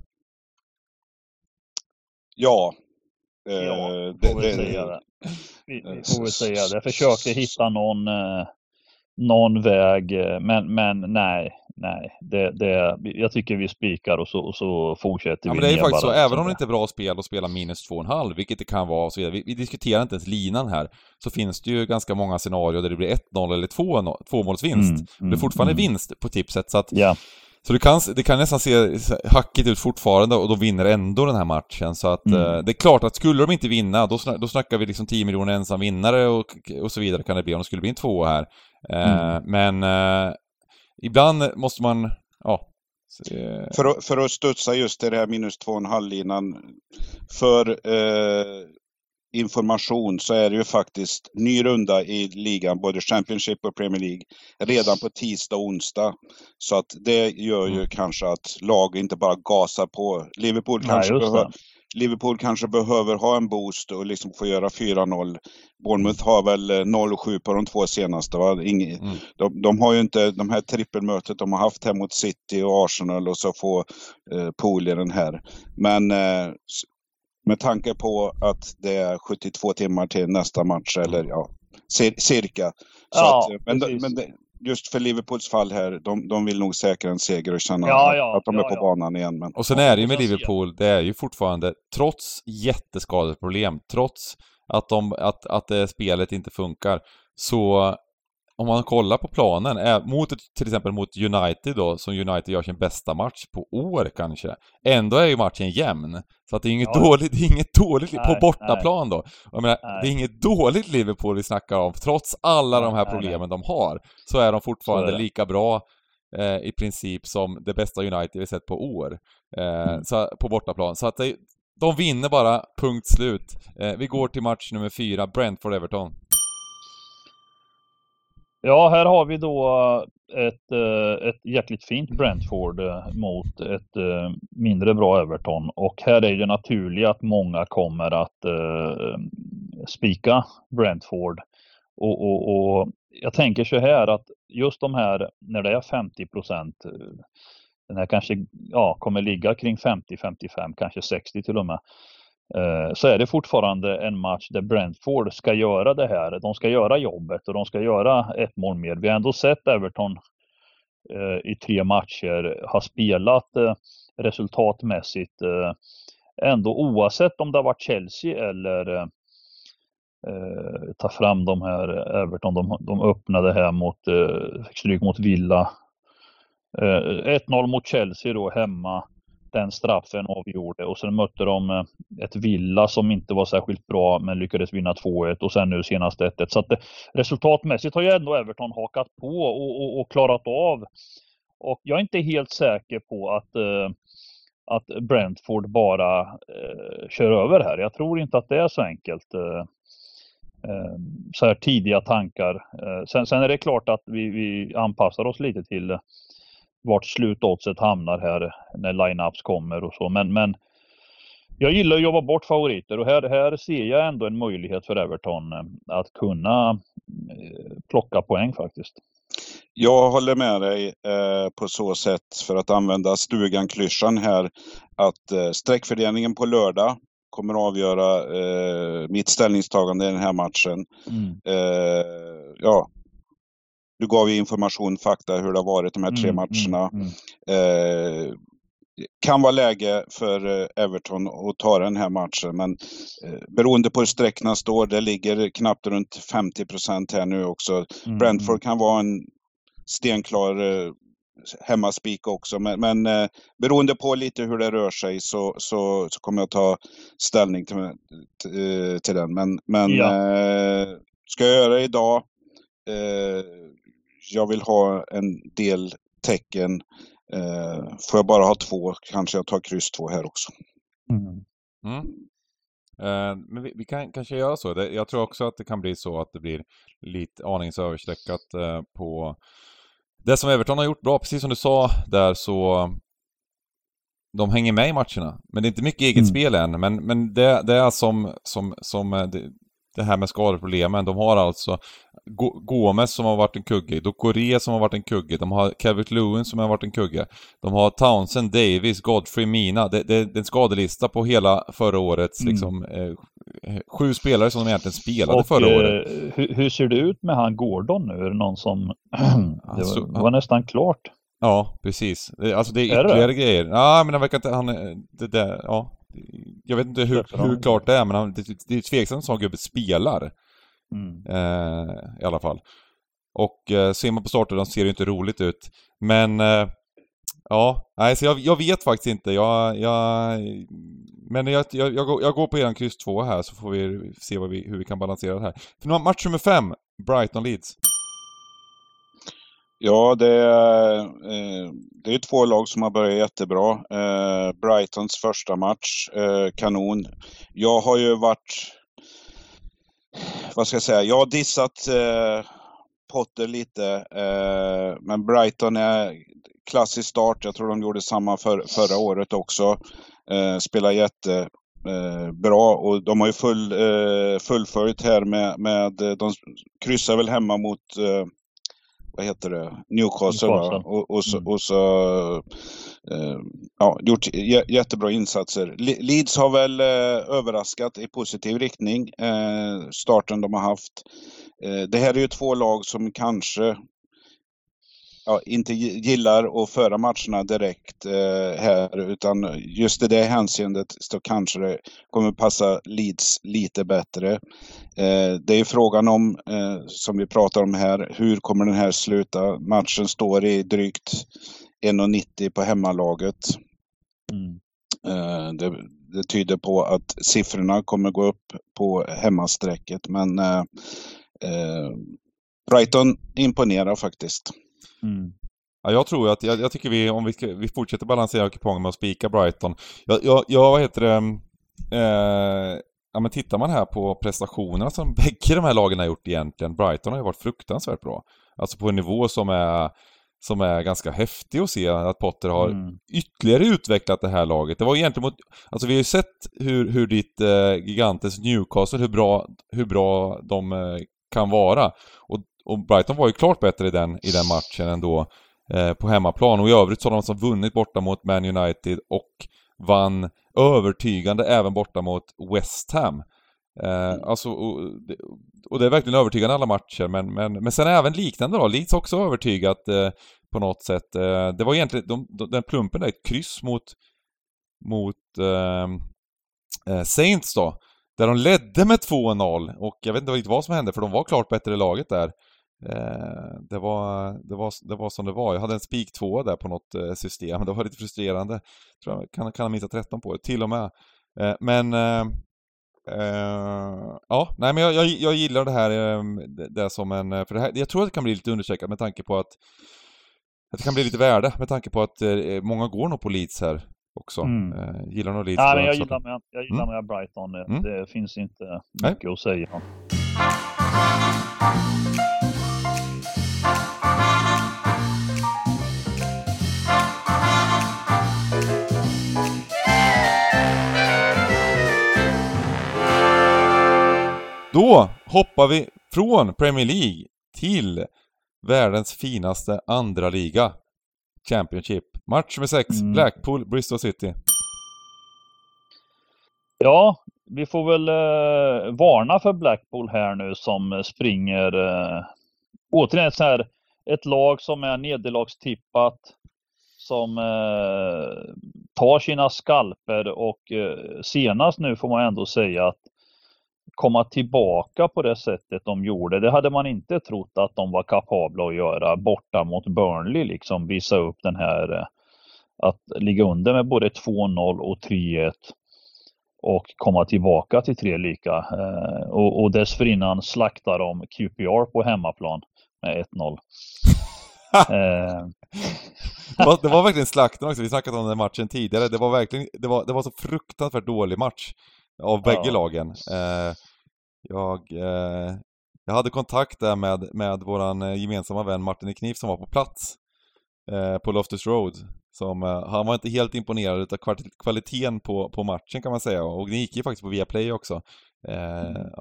Ja. Eh, ja, får vi säga det. Vi, vi får väl säga det. Jag försökte hitta någon... Eh... någon väg, men, men nej, nej. Det, det, jag tycker vi spikar och så, och så fortsätter ja, vi. Men det är ju faktiskt så, även om det inte är bra spel att spela minus två komma fem, vilket det kan vara och så vidare. Vi, vi diskuterar inte ens linan här. Så finns det ju ganska många scenarier där det blir ett noll eller två målsvinst. Mm, mm, det är fortfarande mm. vinst på tipset, så att ja. Så det kan, det kan nästan se hackigt ut fortfarande och de vinner ändå den här matchen. Så att mm. eh, det är klart att skulle de inte vinna, då, snack, då snackar vi liksom tio miljoner ensam vinnare och, och så vidare kan det bli om det skulle bli en tvåa här. Eh, mm. Men eh, ibland måste man, ja. Eh. För, att, för att studsa just det här minus två komma fem-linan, för eh, information så är det ju faktiskt ny runda i ligan, både Championship och Premier League, redan på tisdag och onsdag. Så att det gör ju mm. kanske att lag inte bara gasar på. Liverpool kanske, Nej, behö- Liverpool kanske behöver ha en boost och liksom få göra fyra noll. Bournemouth har väl noll sju på de två senaste. Va? Ingen, mm. de, de har ju inte de här trippelmötet de har haft här mot City och Arsenal och så få eh, pool i den här. Men eh, med tanke på att det är sjuttiotvå timmar till nästa match, eller ja, cirka. Så ja, att, men men det, just för Liverpools fall här, de, de vill nog säkra en seger och känna ja, ja, att de är ja, på ja. banan igen. Men... Och sen är det ju med Liverpool, det är ju fortfarande, trots jätteskadeproblem, trots att, de, att, att spelet inte funkar, så om man kollar på planen, är, mot, till exempel mot United då, som United gör sin bästa match på år kanske, ändå är ju matchen jämn. Så att det är inget, ja. dåligt, det är inget dåligt nej, på bortaplan nej. Då. Jag menar, det är inget dåligt Liverpool vi snackar om. Trots alla nej, de här problemen nej, nej. de har, så är de fortfarande är lika bra eh, i princip som det bästa United vi sett på år. Eh, mm. så, på bortaplan. Så att det, de vinner bara, punkt slut. Eh, vi går till match nummer fyra, Brentford-Everton. Ja, här har vi då ett, ett jäkligt fint Brentford mot ett mindre bra Everton. Och här är det naturligt att många kommer att uh, spika Brentford. Och, och, och jag tänker så här att just de här, när det är femtio procent, den här kanske ja, kommer ligga kring femtio till femtiofem, kanske sextio till och med. Så är det fortfarande en match där Brentford ska göra det här. De ska göra jobbet och de ska göra ett mål mer. Vi har ändå sett Everton eh, i tre matcher ha spelat eh, resultatmässigt eh, ändå oavsett om det har varit Chelsea eller eh, ta fram de här Everton. De, de öppnade här mot eh, stryk mot Villa. Eh, ett noll mot Chelsea då hemma. Den straffen avgjorde och sen mötte de ett Villa som inte var särskilt bra men lyckades vinna två ett och sen nu senast ett ett. Så att det, resultatmässigt har ju ändå Everton hakat på och, och, och klarat av. Och jag är inte helt säker på att, eh, att Brentford bara eh, kör över här. Jag tror inte att det är så enkelt. Eh, eh, så här tidiga tankar. Eh, sen, sen är det klart att vi, vi anpassar oss lite till vart slutåtset hamnar här när line-ups kommer och så. Men, men jag gillar att jobba bort favoriter och här, här ser jag ändå en möjlighet för Everton att kunna plocka poäng faktiskt. Jag håller med dig eh, på så sätt, för att använda stugan-klyschan här, att eh, sträckfördelningen på lördag kommer att avgöra eh, mitt ställningstagande i den här matchen. Mm. Eh, ja. Du gav ju information, fakta, hur det har varit de här tre mm, matcherna. Mm, mm. Eh, kan vara läge för Everton att ta den här matchen. Men eh, beroende på hur sträckna står, det ligger knappt runt femtio procent här nu också. Mm, Brentford kan vara en stenklar eh, hemmaspik också. Men, men eh, beroende på lite hur det rör sig så, så, så kommer jag ta ställning till, till, till den. Men, men ja. eh, ska jag göra det idag? Eh, jag vill ha en del tecken. Eh, får jag bara ha två, kanske jag tar kryss två här också. Mm. Mm. Eh, men vi, vi kan kanske göra så. Det, jag tror också att det kan bli så att det blir lite aningsöversträckat eh, på det som Everton har gjort bra. Precis som du sa där, så de hänger med i matcherna. Men det är inte mycket eget mm. spel än. Men, men det, det är som, som, som det, det här med skadeproblemen. De har alltså Gomes som har varit en kugge, Dokore som har varit en kugge, de har Calvert Lewin som har varit en kugge, de har Townsend, Davis, Godfrey, Mina. Det, det, det är en skadelista på hela förra årets mm. liksom, eh, sju spelare som de egentligen spelade och, förra året. Eh, hur, hur ser det ut med han Gordon nu? Är det någon som det var, det var nästan klart? Ja, precis. Alltså det är, är ytterligare det? grejer. Ja, men han verkar inte han det där, ja. Jag vet inte hur, hur klart det är, men han, det, det är tveksamt som gubbe spelar. Mm. Eh, I alla fall. Och eh, ser man på starten, de ser ju inte roligt ut. Men eh, ja, nej, så jag, jag vet faktiskt inte. Jag, jag, men jag, jag, jag, går, jag går på eran kryss två här, så får vi se vad vi, hur vi kan balansera det här. För match nummer fem, Brighton Leeds. Ja, det är, eh, det är två lag som har börjat jättebra. Eh, Brightons första match, eh, kanon. Jag har ju varit, vad ska jag säga, jag har dissat eh, Potter lite. Eh, men Brighton är klassisk start. Jag tror de gjorde samma för, förra året också. Eh, spelar jätte Eh, bra, och de har ju full, eh, fullföljt här med, med de kryssar väl hemma mot eh, vad heter det? Newcastle, Newcastle. Och, och så, mm. och så eh, ja, gjort j- jättebra insatser. Le- Leeds har väl eh, överraskat i positiv riktning, eh, starten de har haft. Eh, det här är ju två lag som kanske ja, inte gillar att föra matcherna direkt eh, här, utan just i det hänseendet så kanske det kommer passa Leeds lite bättre. Eh, det är frågan om, eh, som vi pratar om här, hur kommer den här sluta? Matchen står i drygt en komma nittio på hemmalaget. Mm. Eh, det, det tyder på att siffrorna kommer gå upp på hemmasträcket, men eh, eh, Brighton imponerar faktiskt. Mm. Ja, jag tror att, jag, jag tycker vi, om vi, ska, vi fortsätter balansera kupongen med att spika Brighton. Jag, jag, jag vad heter det, eh, ja men tittar man här på prestationerna som bägge de här lagen har gjort egentligen, Brighton har ju varit fruktansvärt bra. Alltså på en nivå som är, som är ganska häftig att se att Potter har mm. ytterligare utvecklat det här laget. Det var egentligen mot, alltså vi har ju sett hur, hur ditt eh, gigantes Newcastle, hur bra, hur bra de eh, kan vara. Och Och Brighton var ju klart bättre i den, i den matchen ändå eh, på hemmaplan. Och i övrigt så har de som vunnit borta mot Man United och vann övertygande även borta mot West Ham. Eh, alltså, och, och det är verkligen övertygande alla matcher. Men, men, men sen även liknande då. Leeds också övertygat eh, på något sätt. Eh, det var egentligen de, de, den plumpen där, ett kryss mot, mot eh, eh, Saints då. Där de ledde med två noll, och jag vet inte riktigt vad som hände, för de var klart bättre i laget där. Eh, det, var, det, var, det var som det var. Jag hade en spik två där på något eh, system. Det var lite frustrerande. Tror jag kan, kan ha missat tretton på det, till och med. Eh, men eh, eh, ja, nej men jag, jag, jag gillar det här eh, det, det som en, för det här, jag tror att det kan bli lite undercheckat med tanke på att, att det kan bli lite värde med tanke på att eh, många går nog på Leeds här också. Mm. Eh, gillar nog Leeds. Ja, men jag gillar med, jag gillar mm. med Brighton. Det, mm. det finns inte mycket Nej. att säga om. Då hoppar vi från Premier League till världens finaste andra liga, Championship. Match med sex, mm. Blackpool, Bristol City. Ja, vi får väl eh, varna för Blackpool här nu, som springer eh, återigen ett, så här, ett lag som är nederlagstippat, som eh, tar sina skalper, och eh, senast nu får man ändå säga att komma tillbaka på det sättet de gjorde. Det hade man inte trott att de var kapabla att göra borta mot Burnley, liksom visa upp den här eh, att ligga under med både två noll och tre ett och komma tillbaka till tre lika. Eh, och, och dessförinnan slaktar de Q P R på hemmaplan med ett noll. eh. det, var, det var verkligen slakten också. Vi snackat om den matchen tidigare. Det var verkligen, det var, det var så fruktansvärt dålig match av bägge ja. lagen. Eh, jag, eh, jag hade kontakt där med, med våran gemensamma vän Martin i Knif som var på plats eh, på Loftus Road. Som, eh, han var inte helt imponerad av kvaliteten på, på matchen, kan man säga. Och det gick ju faktiskt på Viaplay också. Eh, mm. ja.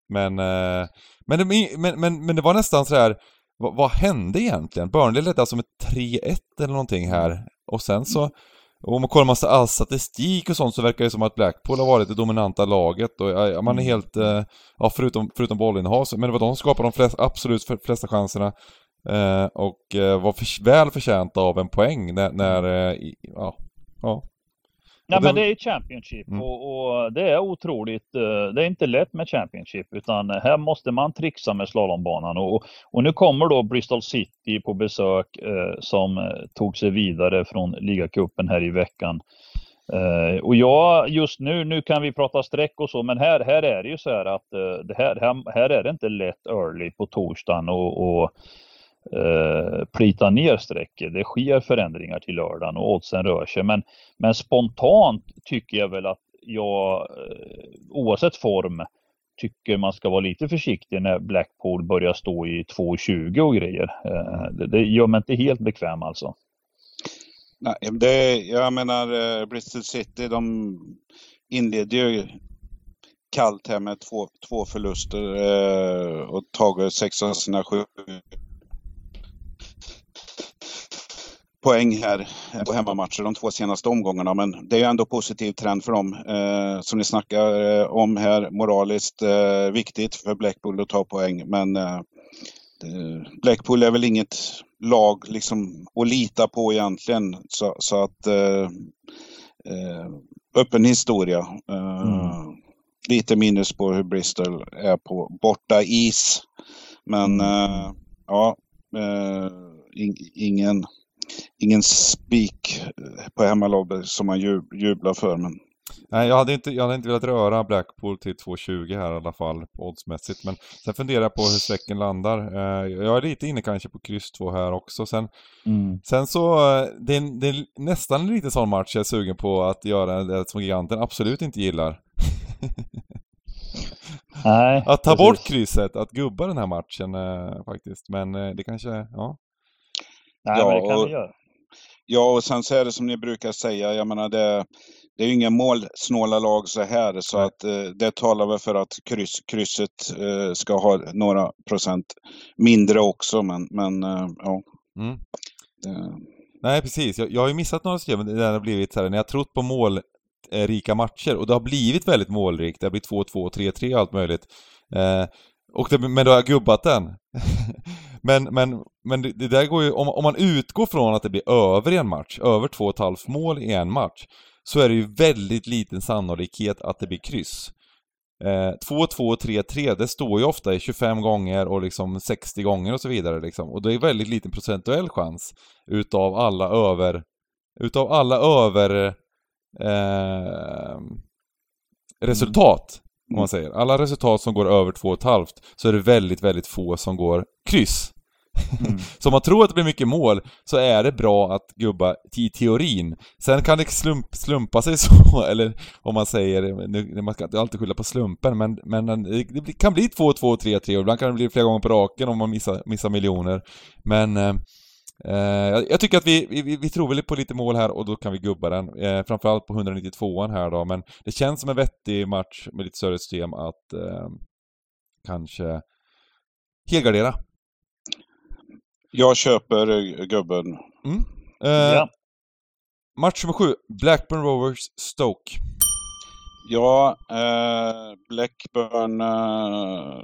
Men, eh, men, det, men, men, men det var nästan så här. Vad, vad hände egentligen? Burnley ledde alltså med tre ett eller någonting här. Och sen så, om man kollar massa all statistik och sånt, så verkar det som att Blackpool har varit det dominanta laget. Och ja, man är helt, eh, ja, förutom, förutom bollinnehav, men det var de som skapade de flest, absolut flesta chanserna. Eh, och eh, var för, väl förtjänta av en poäng när, när eh, ja, ja. Ja, det... men det är Championship mm. och, och det är otroligt, det är inte lätt med Championship, utan här måste man trixa med slalombanan och, och nu kommer då Bristol City på besök eh, som tog sig vidare från ligacupen här i veckan. Eh, och ja, just nu, nu kan vi prata streck och så, men här, här är det ju så här att eh, det här, här, här är det inte lätt early på torsdagen och, och Uh, plita ner strecket. Det sker förändringar till lördagen och oddsen rör sig, men, men spontant tycker jag väl att jag uh, oavsett form tycker man ska vara lite försiktig när Blackpool börjar stå i två tjugo och grejer. Uh, det, det gör mig inte helt bekväm alltså. Nej, det, jag menar uh, Bristol City, de inledde ju kallt här med två, två förluster uh, och tagit sex av sina sju poäng här på hemmamatcher de två senaste omgångarna, men det är ju ändå positiv trend för dem eh, som ni snackar eh, om här, moraliskt eh, viktigt för Blackpool att ta poäng, men eh, Blackpool är väl inget lag liksom att lita på egentligen, så, så att eh, eh, öppen historia eh, mm. lite minus på hur Bristol är på borta is, men eh, ja eh, in, ingen Ingen spik på hemmalag som man jublar för, men... Nej, jag hade inte, jag hade inte velat röra Blackpool till två tjugo här i alla fall, oddsmässigt. Men sen funderar jag på hur sträcken landar. Jag är lite inne kanske på kryss två här också. Sen, mm. sen så, det är, det är nästan en liten sån match jag är sugen på att göra det som giganten absolut inte gillar. Nej, att ta precis. bort krysset, att gubba den här matchen faktiskt. Men det kanske, ja... Nej, ja, men det kan vi göra. Ja, och sen så är det som ni brukar säga, jag menar det, det är ju inga målsnåla lag så här, så att eh, det talar väl för att kryss, krysset eh, ska ha några procent mindre också, men, men eh, ja. Mm. Det... Nej, precis. Jag, jag har ju missat några system där det har blivit så här, när jag har trott på målrika matcher, och det har blivit väldigt målrikt, det har blivit två två, tre tre och allt möjligt. Eh, och det, men då har jag gubbat den. Men, men, men det, det där går ju, om, om man utgår från att det blir över i en match, över två och ett halvt mål i en match, så är det ju väldigt liten sannolikhet att det blir kryss. Eh, två två och tre tre, det står ju ofta i tjugofem gånger och liksom sextio gånger och så vidare liksom. Och det är väldigt liten procentuell chans utav alla över utav alla över eh, resultat. Om man säger. Alla resultat som går över två och ett halvt, så är det väldigt, väldigt få som går kryss. Mm. Så om man tror att det blir mycket mål, så är det bra att gubba i teorin. Sen kan det slump, slumpa sig så, eller om man säger, nu, man ska inte alltid skylla på slumpen, men, men det kan bli två två, tre tre, och ibland kan det bli flera gånger på raken om man missar, missar miljoner. Men eh, jag tycker att vi, vi, vi tror väl på lite mål här, och då kan vi gubba den. Eh, framförallt på etthundranittiotvåan här då, men det känns som en vettig match med lite större system att eh, kanske helgardera. Jag köper gubben. Mm. Eh, ja. Match nummer sju, Blackburn Rovers Stoke. Ja, eh, Blackburn eh,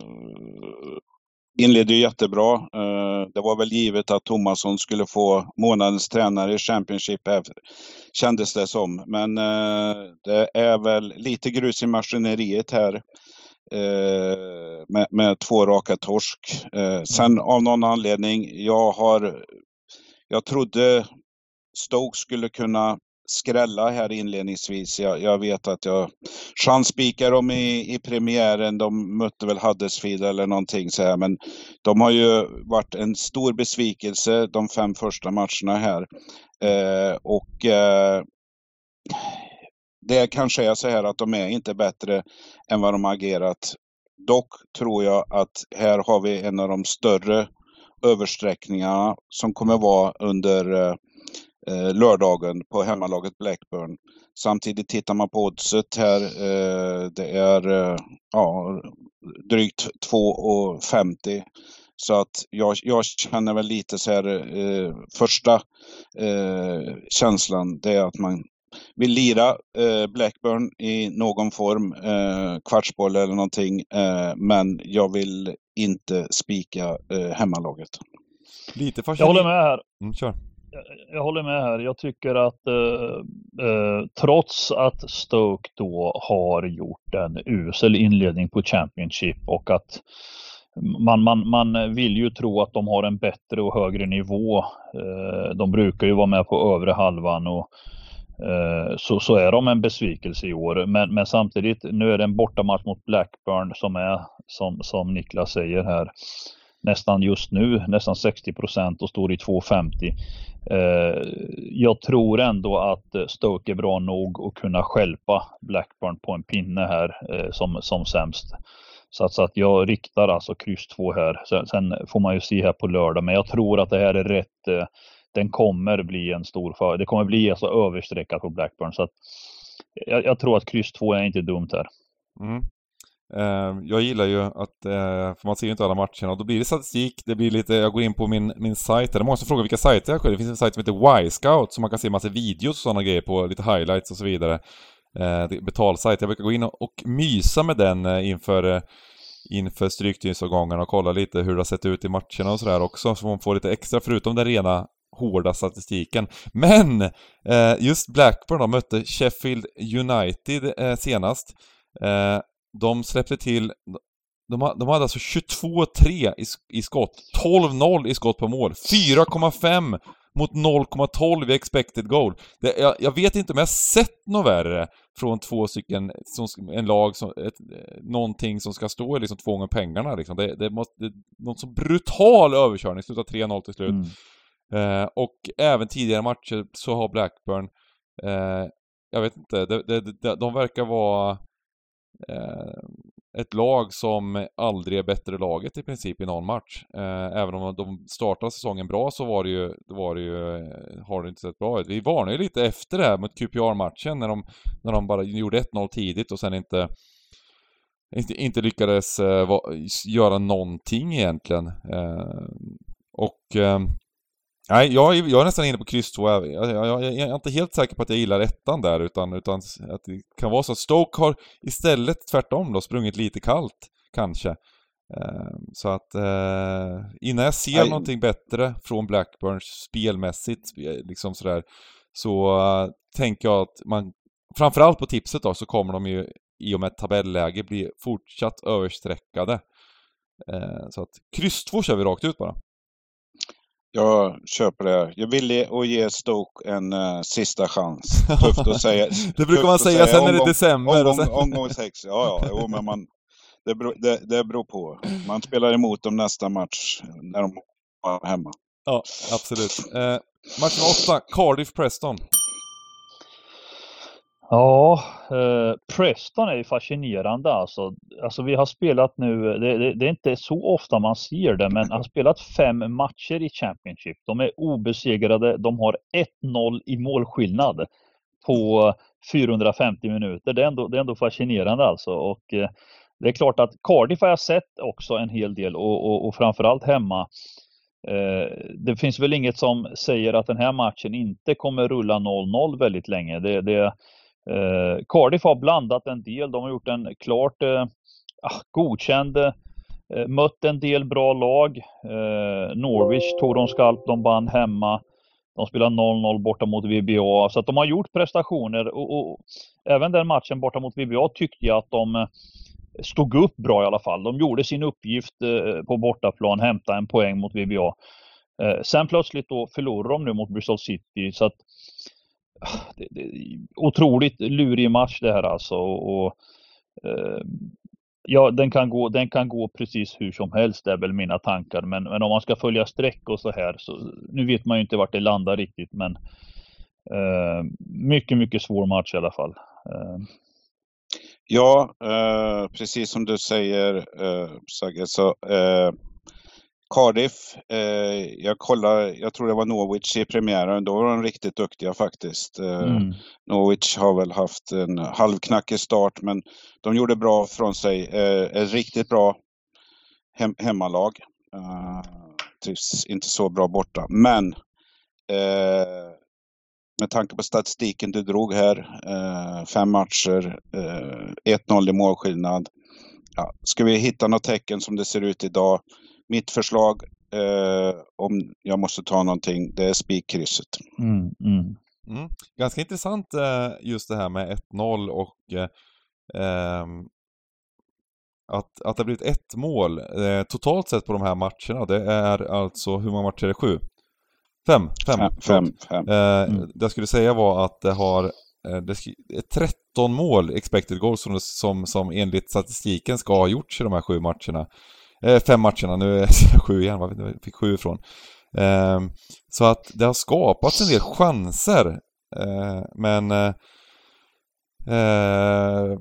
inledde ju jättebra. Eh, det var väl givet att Thomasson skulle få månadens tränare i Championship, kändes det som. Men eh, det är väl lite grus i maskineriet här. Eh, med, med två raka torsk. Eh, sen av någon anledning, jag har jag trodde Stoke skulle kunna skrälla här inledningsvis. Jag, jag vet att jag chanspikar dem i, i premiären. De mötte väl Huddersfield eller någonting så här, men de har ju varit en stor besvikelse de fem första matcherna här. Eh, och eh, det kanske är så här att de är inte bättre än vad de har agerat. Dock tror jag att här har vi en av de större översträckningarna som kommer vara under eh, lördagen på hemmalaget Blackburn. Samtidigt tittar man på oddset här, eh, det är eh, ja, drygt två femtio. Så att jag, jag känner väl lite så här, eh, första eh, känslan, det är att man vill lira eh, Blackburn i någon form, eh, kvartsboll eller någonting, eh, men jag vill inte spika eh, hemmalaget. Lite Jag håller med här. Mm, kör. Jag, jag håller med här. Jag tycker att eh, eh, trots att Stoke då har gjort en usel inledning på Championship och att man, man, man vill ju tro att de har en bättre och högre nivå. Eh, de brukar ju vara med på övre halvan och eh, så, så är de en besvikelse i år. Men, men samtidigt, nu är det en bortamatch mot Blackburn som är, som, som Niklas säger här, nästan just nu, nästan sextio procent och står i två femtio. Eh, jag tror ändå att Stoke är bra nog att kunna stjälpa Blackburn på en pinne här eh, som, som sämst. Så att, så att jag riktar alltså kryss två här. Sen, sen får man ju se här på lördag, men jag tror att det här är rätt. Eh, den kommer bli en stor för. Det kommer bli alltså överstreckat på Blackburn. Så att jag, jag tror att kryss två är inte dumt här. Mm. Uh, jag gillar ju att, uh, för man ser ju inte alla matcherna, och då blir det statistik, det blir lite, jag går in på min, min sajt, det är många som frågar vilka sajter jag sköljer. Det finns en sajt som heter Y-Scout, så man kan se massa videos och sådana grejer på, lite highlights och så vidare. Uh, betalsajt, jag brukar gå in och, och mysa med den uh, inför, uh, inför stryktygnsavgångarna och kolla lite hur det har sett ut i matcherna och sådär också, så man får lite extra förutom den rena hårda statistiken. Men uh, just Blackburn då mötte Sheffield United uh, senast. Uh, De släppte till, de, de hade alltså tjugotvå tre i, i skott, tolv noll i skott på mål, fyra komma fem mot noll komma tolv i expected goal. Det, jag, jag vet inte om jag sett något värre från två stycken, som, en lag, som, ett, någonting som ska stå liksom två gånger pengarna. Liksom. Det, det måste, det, någon så brutal överkörning, slutar tre noll till slut. Mm. Eh, och även tidigare matcher så har Blackburn, eh, jag vet inte, det, det, det, de verkar vara ett lag som aldrig är bättre laget i princip i någon match. Även om de startade säsongen bra så var det ju, var det ju har det inte sett bra ut. Vi varnade ju lite efter det här mot Q P R-matchen när de, när de bara gjorde ett noll tidigt och sen inte inte, inte lyckades göra någonting egentligen. Och nej, jag, jag är nästan inne på kryss två. Jag, jag, jag, jag är inte helt säker på att jag gillar ettan där, utan, utan att det kan vara så att Stoke har istället tvärtom då sprungit lite kallt, kanske. Eh, så att eh, innan jag ser Nej. någonting bättre från Blackburn spelmässigt, liksom sådär, så uh, tänker jag att man, framförallt på tipset då, så kommer de ju i och med ett tabelläge bli fortsatt översträckade. Eh, så att kryss två kör vi rakt ut bara. Jag köper det. Jag vill att ge Stoke en uh, sista chans. Tufft att säga. Det brukar man säga, säga, sen är det december. Omgång, och sen... omgång sex. Ja, ja. Jo, men man, det, beror, det, det beror på. Man spelar emot dem nästa match när de är hemma. Ja, absolut. Eh, match åtta, Cardiff-Preston. Ja, eh, Preston är ju fascinerande alltså. Alltså vi har spelat nu, det, det, det är inte så ofta man ser det, men har spelat fem matcher i Championship. De är obesegrade, de har ett noll i målskillnad på fyrahundrafemtio minuter. Det är ändå, det är ändå fascinerande alltså. Och eh, det är klart att Cardiff har jag sett också en hel del och, och, och framförallt hemma. Eh, det finns väl inget som säger att den här matchen inte kommer rulla noll noll väldigt länge. Det, det Eh, Cardiff har blandat en del. De har gjort en klart eh, godkänd, eh, mött en del bra lag. Eh, Norwich tog de skalp, de vann hemma. De spelar noll noll borta mot V B A. Så att de har gjort prestationer. Och, och även den matchen borta mot V B A tyckte jag att de stod upp bra i alla fall. De gjorde sin uppgift eh, på bortaplan, hämta en poäng mot V B A. Eh, sen plötsligt då förlorar de nu mot Bristol City. Så att Det, det, otroligt lurig match det här alltså och, och eh, ja, den kan gå den kan gå precis hur som helst, det är väl mina tankar, men, men om man ska följa streck och så här, så nu vet man ju inte vart det landar riktigt, men eh, mycket mycket svår match i alla fall. Eh. Ja, eh, precis som du säger, eh, Sagge, så eh, Cardiff, eh, jag kollar, jag tror det var Norwich i premiären, då var de riktigt duktiga faktiskt. Eh, Mm. Norwich har väl haft en halvknackig start, men de gjorde bra från sig. Eh, ett riktigt bra hem, hemmalag. Eh, trivs inte så bra borta, men eh, med tanke på statistiken du drog här, eh, fem matcher, eh, ett noll i målskillnad. Ja, ska vi hitta något tecken som det ser ut idag? Mitt förslag, eh, om jag måste ta någonting, det är spikkrysset. Mm, mm. Mm. Ganska intressant eh, just det här med ett noll och eh, ehm, att, att det har blivit ett mål eh, totalt sett på de här matcherna. Det är alltså, hur många matcher är det? Sju? Fem? Fem, Fem, fem, fem. Eh, Mm. Det jag skulle säga var att det har eh, det är tretton mål expected goals som, som, som enligt statistiken ska ha gjorts i de här sju matcherna. Eh, fem matcherna, nu är jag sju igen, vad jag fick sju ifrån. Eh, så att det har skapats en del chanser. Eh, men eh, eh,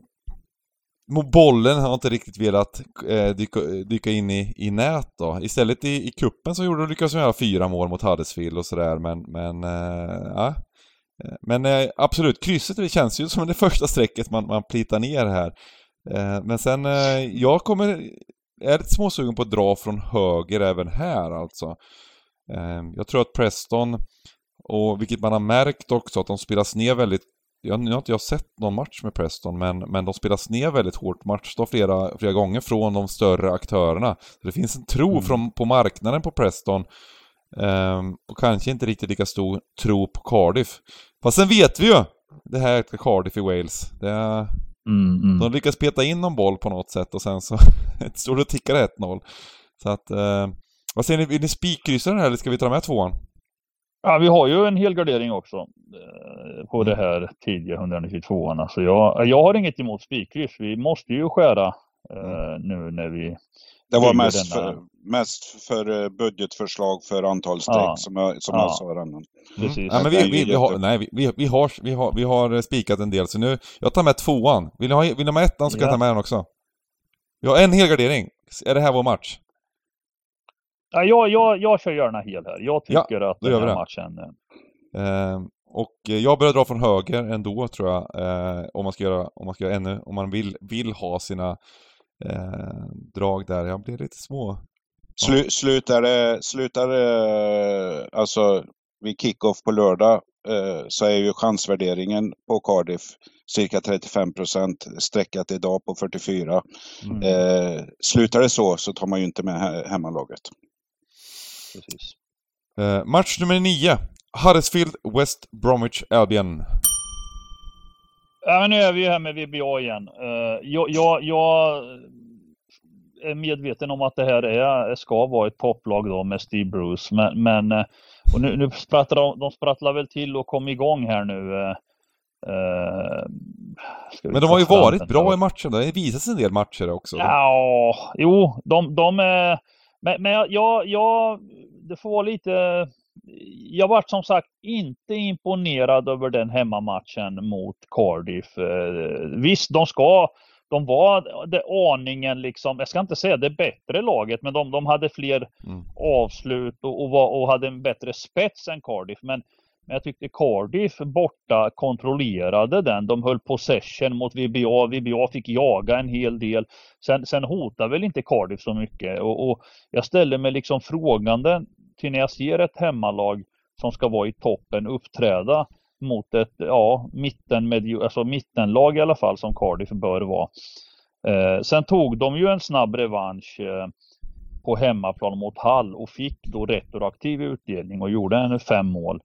bollen har inte riktigt velat eh, dyka, dyka in i, i nät då. Istället i, i kuppen så gjorde de lyckas göra fyra mål mot Huddersfield och sådär, men, men eh, ja. Men eh, absolut, krysset det känns ju som det första strecket man, man plitar ner här. Eh, men sen, eh, jag kommer, är lite småsugen på att dra från höger även här alltså. Eh, jag tror att Preston, och vilket man har märkt också, att de spelas ner väldigt. Jag, nu har inte jag sett någon match med Preston, men, men de spelas ner väldigt hårt match då flera, flera gånger från de större aktörerna. Så det finns en tro Mm. från, på marknaden på Preston, um, och kanske inte riktigt lika stor tro på Cardiff. Fast sen vet vi ju, det här är Cardiff i Wales. Det är, Mm, mm. de lyckas peta in någon boll på något sätt och sen så står det och tickar ett noll. Så att, uh, vad säger ni, vill ni spikkryssa den här eller ska vi ta med tvåan? Ja, vi har ju en hel gardering också eh, på det här tidiga etthundranittiotvåan. Alltså jag, jag har inget emot spikkryss. Vi måste ju skära eh, nu när vi... Det var bygger mest, denna- för, mest för eh, budgetförslag för antal streck Ja. som, jag, som Ja. jag sa redan. Precis. Ja, men vi, Den vi, vi, ligger har, uppe. nej, vi, vi, vi, har, vi, har, vi har spikat en del, så nu, jag tar med tvåan. Vill ni ha, vill ni ha med ettan så kan jag Ja. ta med den också. Vi har en hel gardering. Är det här vår match? Ja, jag, jag, jag kör gärna hel här. Jag Ja, tycker att då den gör vi här det. matchen... eh, Eh, och jag börjar dra från höger ändå, tror jag. Eh, om man ska göra, om man ska göra ännu, om man vill, vill ha sina eh, drag där. Jag blir lite små. Slu, slutar det, slutar det, alltså vid kick-off på lördag eh, så är ju chansvärderingen på Cardiff cirka trettiofem procent, sträckat idag på fyrtiofyra. Mm. Eh, slutar det så så tar man ju inte med he- hemmalaget. Precis. Eh, match nummer nio. Huddersfield, West Bromwich Albion. Ja, men nu är vi ju här med V B A igen. Eh, jag, jag, jag är medveten om att det här är, ska vara ett topplag då med Steve Bruce. Men, men eh, och nu, nu sprattlar de, de sprattlar väl till och kom igång här nu. eh, eh, ska vi Men de ta har ju fram varit den bra här? i matchen. Det har visats en del matcher också. Ja, jo, de, de är... Men, men jag, jag, jag, det får vara lite... Jag var som sagt inte imponerad över den hemmamatchen mot Cardiff. Eh, visst, de ska... De var det aningen liksom, jag ska inte säga det bättre laget, men de, de hade fler Mm. avslut och, och, var, och hade en bättre spets än Cardiff. Men, men jag tyckte Cardiff borta kontrollerade den. De höll possession mot V B A. V B A fick jaga en hel del. Sen, sen hotar väl inte Cardiff så mycket. Och, och jag ställer mig liksom frågande till när jag ser ett hemmalag som ska vara i toppen uppträda mot ett ja, mitten med, alltså mittenlag i alla fall som Cardiff bör vara. Eh, sen tog de ju en snabb revansch eh, på hemmaplan mot Hull och fick då retroaktiv utdelning och gjorde en fem mål.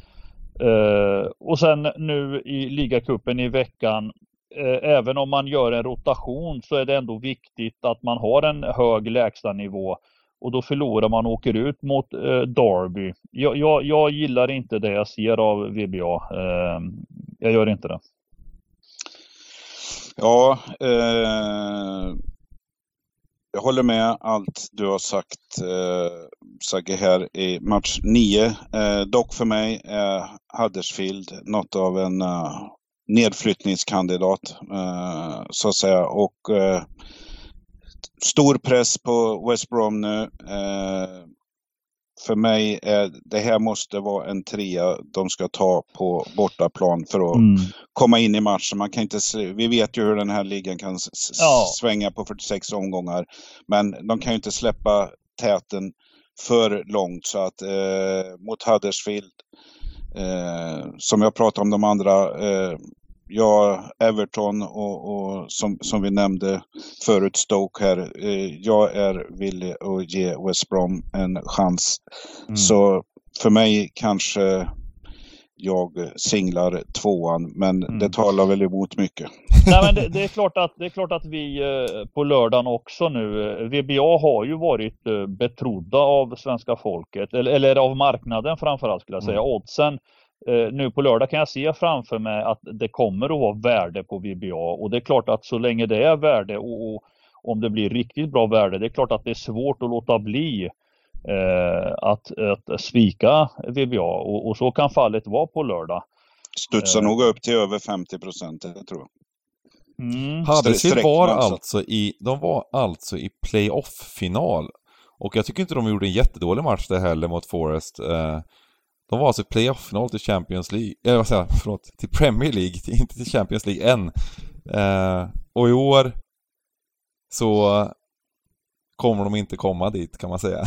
Eh, och sen nu i ligacupen i veckan, eh, även om man gör en rotation så är det ändå viktigt att man har en hög lägstanivå. Och då förlorar man och åker ut mot eh, Derby. Jag, jag, jag gillar inte det jag ser av V B A. Eh, jag gör inte det. Ja, eh, jag håller med allt du har sagt, eh, Sagge, här i match nio. Eh, dock för mig är Huddersfield något av en uh, nedflyttningskandidat, eh, så att säga. Och eh, stor press på West Brom nu. Eh, för mig är det här måste vara en trea de ska ta på bortaplan för att mm. komma in i matchen. Man kan inte se, vi vet ju hur den här ligan kan s- ja. svänga på fyrtiosex omgångar. Men de kan ju inte släppa täten för långt, så att eh, mot Huddersfield eh, som jag pratade om de andra eh, ja, Everton och, och som, som vi nämnde förut, Stoke här. Eh, jag är villig att ge West Brom en chans. Mm. Så för mig kanske jag singlar tvåan, men mm. det talar väl emot mycket. Nej, men det, det, är klart att, det är klart att vi eh, på lördagen också nu, eh, V B A har ju varit eh, betrodda av svenska folket, eller, eller av marknaden framförallt skulle jag säga. Mm. Oddsen Uh, nu på lördag kan jag se framför mig att det kommer att vara värde på V B A, och det är klart att så länge det är värde och, och om det blir riktigt bra värde, det är klart att det är svårt att låta bli uh, att, att svika V B A, och, och så kan fallet vara på lördag. Studsar uh, nog upp till över femtio procent, jag tror. Mm. Huddersfield var alltså i, de var alltså i playoff-final, och jag tycker inte de gjorde en jättedålig match där heller mot Forest. Uh, De var alltså i playoff-final till Champions League, eller vad säger jag, förlåt, till Premier League, till, inte till Champions League än. Eh, och i år så kommer de inte komma dit, kan man säga.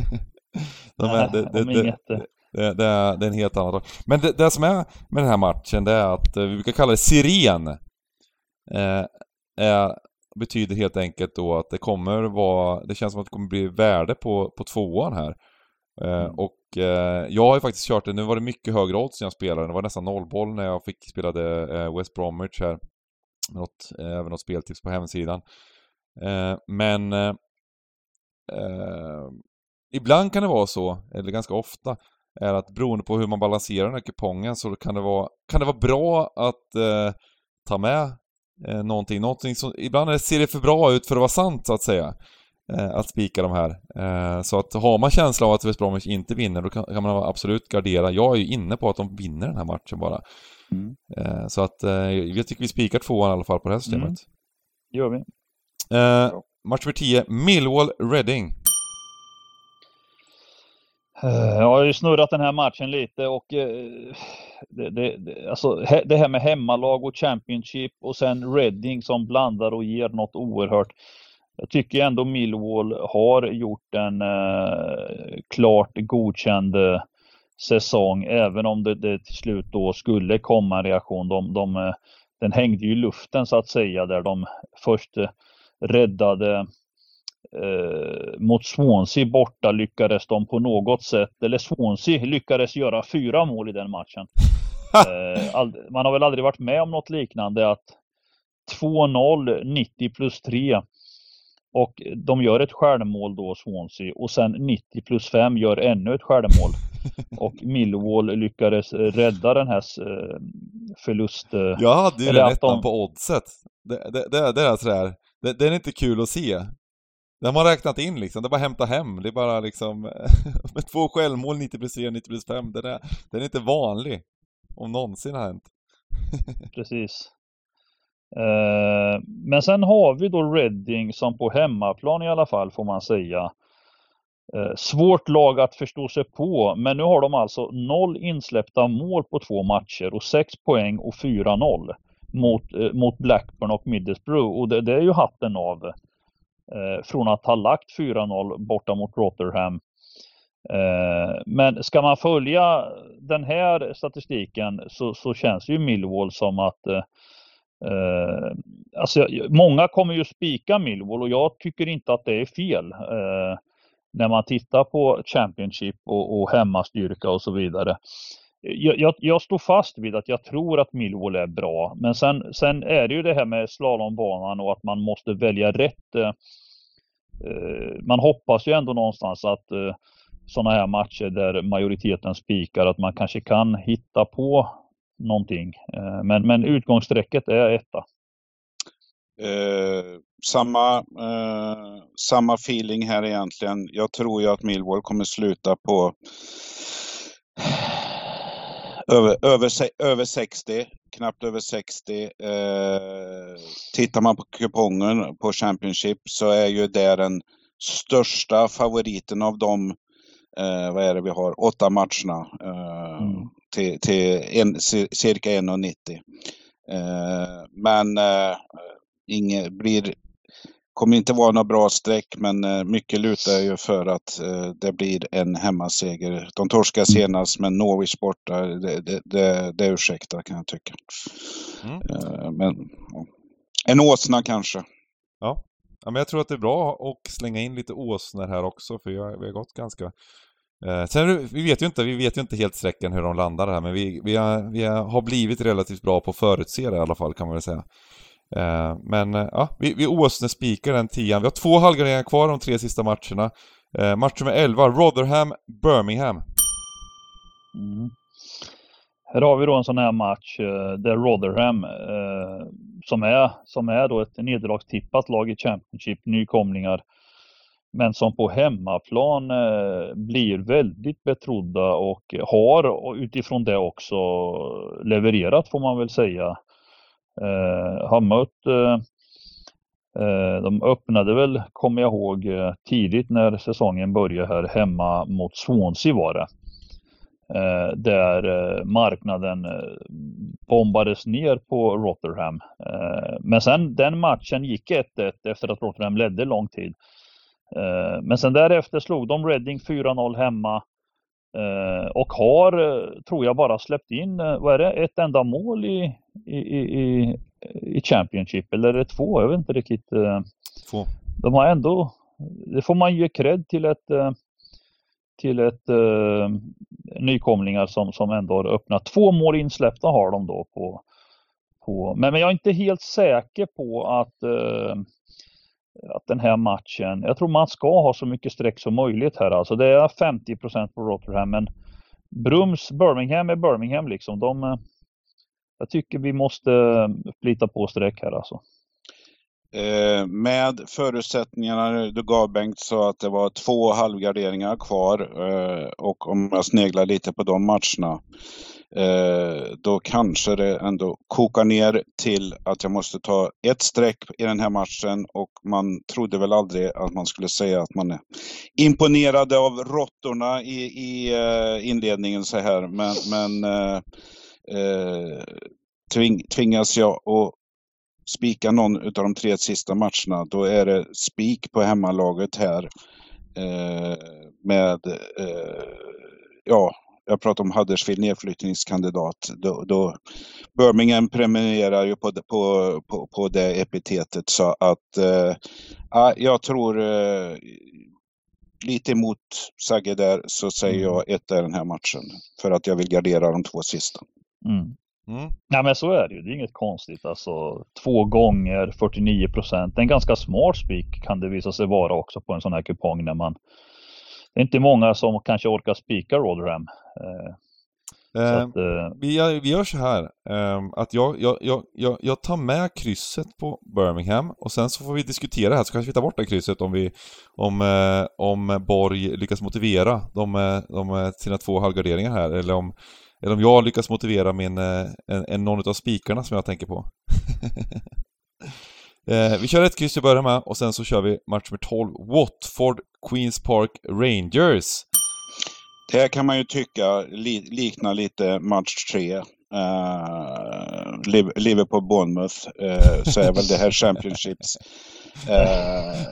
de är, det, det, det, det, det, det, är, det är en helt annan sak. Men det, det som är med den här matchen, det är att vi brukar kalla det siren. Eh, är, betyder helt enkelt då att det kommer vara, det känns som att det kommer bli värde på, på tvåan här. Uh, mm. Och uh, jag har ju faktiskt kört det, nu var det mycket högre odds när jag spelade, det var nästan nollboll när jag fick spelade uh, West Bromwich här, något, uh, även något speltips på hemsidan. Uh, men uh, uh, ibland kan det vara så, eller ganska ofta, är att beroende på hur man balanserar den här kupongen så kan det vara, kan det vara bra att uh, ta med uh, någonting, någonting som, ibland ser det för bra ut för att vara sant, så att säga. Att spika de här. Så att har man känsla av att West Bromwich inte vinner, då kan, kan man absolut gardera. Jag är ju inne på att de vinner den här matchen bara. Mm. Så att jag tycker vi spikar tvåan i alla fall på det här systemet. Mm. Gör vi. Eh, match för tio, Millwall Reading. Jag har ju snurrat den här matchen lite, och det, det, det, alltså, det här med hemmalag och Championship och sen Reading som blandar och ger något oerhört. Jag tycker ändå Millwall har gjort en eh, klart godkänd säsong, även om det, det till slut då skulle komma en reaktion. De, de, den hängde ju i luften så att säga, där de först eh, räddade eh, mot Swansea borta, lyckades de på något sätt, eller Swansea lyckades göra fyra mål i den matchen. eh, all, man har väl aldrig varit med om något liknande, att två noll, nittio plus tre. Och de gör ett självmål då, Swansea, och sen nittio plus fem gör ännu ett självmål. Och Millwall lyckades rädda den här förlust. Jag hade ju den ettan de... på oddset. Det, det, det, det är sådär, det, det är inte kul att se. Det har man räknat in liksom, det är bara hämta hem. Det är bara liksom, med två självmål, nittio plus tre, nittio plus fem. Den är, den är inte vanlig, om någonsin har hänt. Precis. Uh, men sen har vi då Reading som på hemmaplan i alla fall, får man säga. Uh, svårt lag att förstå sig på, men nu har de alltså noll insläppta mål på två matcher och sex poäng och fyra noll mot, uh, mot Blackburn och Middlesbrough, och det, det är ju hatten av uh, från att ha lagt fyra noll borta mot Rotherham. Uh, men ska man följa den här statistiken så, så känns ju Millwall som att uh, Uh, alltså, många kommer ju spika Millwall, och jag tycker inte att det är fel uh, när man tittar på Championship och, och hemmastyrka och så vidare. Jag, jag, jag står fast vid att jag tror att Millwall är bra, men sen, sen är det ju det här med slalombanan och att man måste välja rätt. Uh, man hoppas ju ändå någonstans att uh, sådana här matcher där majoriteten spikar, att man kanske kan hitta på någonting. Men, men utgångssträcket är etta. Eh, samma, eh, samma feeling här egentligen. Jag tror ju att Millwall kommer sluta på över, över, över sextio. knappt över sextio. Eh, tittar man på kupongen på Championship så är ju där den största favoriten av de eh, vad är det vi har, åtta matcherna eh, mm. till, till en, cirka en komma nittio. Eh, men eh, inget blir kommer inte vara några bra streck, men eh, mycket lutar ju för att eh, det blir en hemmaseger. De torskar senast, men Norwich borta, det, det, det, det är ursäkta kan jag tycka. Mm. Eh, men ja. En åsna kanske. Ja. Ja, men jag tror att det är bra att slänga in lite åsnor här också, för jag, vi har gått ganska... Eh, sen vi vet ju inte, vi vet ju inte helt sträcken hur de landar här, men vi, vi, har, vi har blivit relativt bra på att förutse det i alla fall, kan man väl säga. Eh, men eh, ja, vi, vi åsnespikar den tian. Vi har två halvgarderingar kvar de tre sista matcherna. Eh, match nummer elva, Rotherham, Birmingham. Mm. Här har vi då en sån här match eh, där Rotherham eh, som är som är då ett nederlagstippat lag i Championship, nykomlingar, men som på hemmaplan eh, blir väldigt betrodda och har och utifrån det också levererat, får man väl säga. Eh, har mött eh, eh, de öppnade väl, kommer jag ihåg, eh, tidigt när säsongen började här hemma mot Swansea var det. Eh, där eh, marknaden eh, bombades ner på Rotherham. Eh, men sen den matchen gick ett ett efter att Rotherham ledde lång tid. Eh, men sen därefter slog de Reading fyra noll hemma. Eh, och har, eh, tror jag, bara släppt in, eh, vad är det, ett enda mål i, i, i, i Championship. Eller är det två? Jag vet inte riktigt. Eh, två. De har ändå, det får man ge cred till ett... Eh, till ett eh, nykomlingar som, som ändå har öppnat. Två mål insläppta har de då på, på men, men jag är inte helt säker på att, eh, att den här matchen, jag tror man ska ha så mycket streck som möjligt här. Alltså det är femtio procent på Rotherham, men Brums Birmingham är Birmingham liksom. De, jag tycker vi måste flytta på streck här alltså. Eh, med förutsättningarna du gav Bengt, så att det var två halvgarderingar kvar eh, och om jag sneglar lite på de matcherna eh, då kanske det ändå kokar ner till att jag måste ta ett streck i den här matchen, och man trodde väl aldrig att man skulle säga att man är imponerad av råttorna i, i eh, inledningen så här, men, men eh, eh, tving, tvingas jag att spika någon av de tre sista matcherna, då är det spik på hemmalaget här eh, med eh, ja, jag pratar om Huddersfield nedflyttningskandidat, då, då Birmingham prenumererar ju på, på, på, på det epitetet, så att eh, ja, jag tror eh, lite emot Sagge där, så säger jag ett är den här matchen, för att jag vill gardera de två sista. Mm. Mm. Ja, men så är det ju, det är inget konstigt alltså, två gånger fyrtionio procent, en ganska smart spik kan det visa sig vara också på en sån här kupong, när man, det är inte många som kanske orkar spika Rotherham. eh, eh, att, eh... vi, vi gör så här eh, att jag, jag, jag, jag, jag tar med krysset på Birmingham, och sen så får vi diskutera här, så kanske vi tar bort det krysset om vi om, eh, om Borg lyckas motivera de, de, sina två halvgarderingar här, eller om Eller om jag lyckas motivera min, en, en, någon av spikarna som jag tänker på. eh, vi kör ett kryss i början med, och sen så kör vi match nummer tolv. Watford, Queens Park Rangers. Det här kan man ju tycka li, liknar lite match tre. Uh, Liverpool Bournemouth. Uh, så är väl det här Championships. Uh,